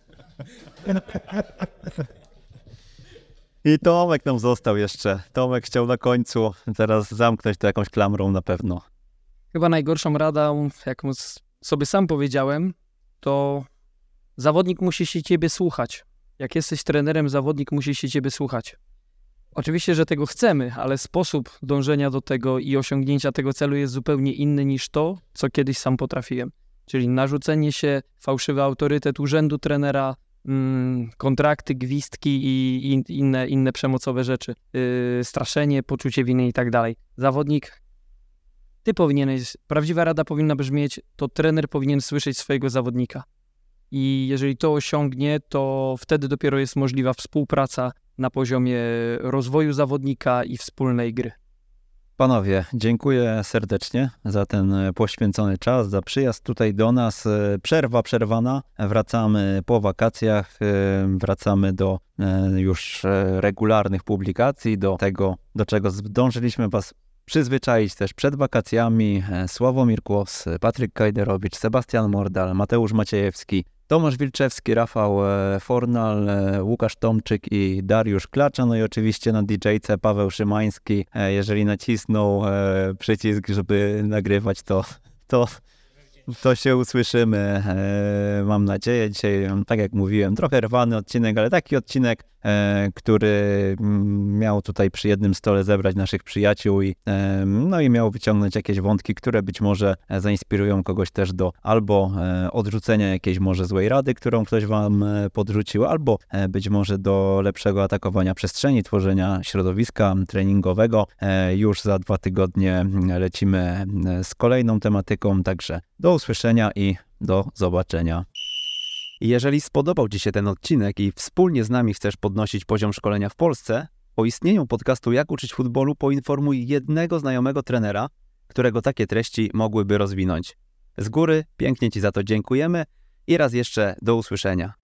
[SPEAKER 1] I Tomek nam został jeszcze. Tomek chciał na końcu teraz zamknąć to jakąś klamrą na pewno.
[SPEAKER 2] Chyba najgorszą radą, jaką sobie sam powiedziałem, to zawodnik musi się ciebie słuchać. Jak jesteś trenerem, zawodnik musi się ciebie słuchać. Oczywiście, że tego chcemy, ale sposób dążenia do tego i osiągnięcia tego celu jest zupełnie inny niż to, co kiedyś sam potrafiłem. Czyli narzucenie się, fałszywy autorytet urzędu trenera, mm, kontrakty, gwizdki i, i inne, inne przemocowe rzeczy, yy, straszenie, poczucie winy i tak dalej. Zawodnik, ty powinieneś, prawdziwa rada powinna brzmieć, to trener powinien słyszeć swojego zawodnika. I jeżeli to osiągnie, to wtedy dopiero jest możliwa współpraca na poziomie rozwoju zawodnika i wspólnej gry.
[SPEAKER 1] Panowie, dziękuję serdecznie za ten poświęcony czas, za przyjazd tutaj do nas. Przerwa przerwana, wracamy po wakacjach, wracamy do już regularnych publikacji, do tego, do czego zdążyliśmy was przyzwyczaić też przed wakacjami. Sławomir Kłos, Patryk Kajderowicz, Sebastian Mordal, Mateusz Maciejewski, Tomasz Wilczewski, Rafał Fornal, Łukasz Tomczyk i Dariusz Klacza, no i oczywiście na didżejce Paweł Szymański. Jeżeli nacisnął przycisk, żeby nagrywać, to, to, to się usłyszymy, mam nadzieję. Dzisiaj, tak jak mówiłem, trochę rwany odcinek, ale taki odcinek, który miał tutaj przy jednym stole zebrać naszych przyjaciół i, no i miał wyciągnąć jakieś wątki, które być może zainspirują kogoś też do albo odrzucenia jakiejś może złej rady, którą ktoś wam podrzucił, albo być może do lepszego atakowania przestrzeni, tworzenia środowiska treningowego. Już za dwa tygodnie lecimy z kolejną tematyką, także do usłyszenia i do zobaczenia. Jeżeli spodobał Ci się ten odcinek i wspólnie z nami chcesz podnosić poziom szkolenia w Polsce, o istnieniu podcastu Jak uczyć futbolu poinformuj jednego znajomego trenera, którego takie treści mogłyby rozwinąć. Z góry pięknie Ci za to dziękujemy i raz jeszcze do usłyszenia.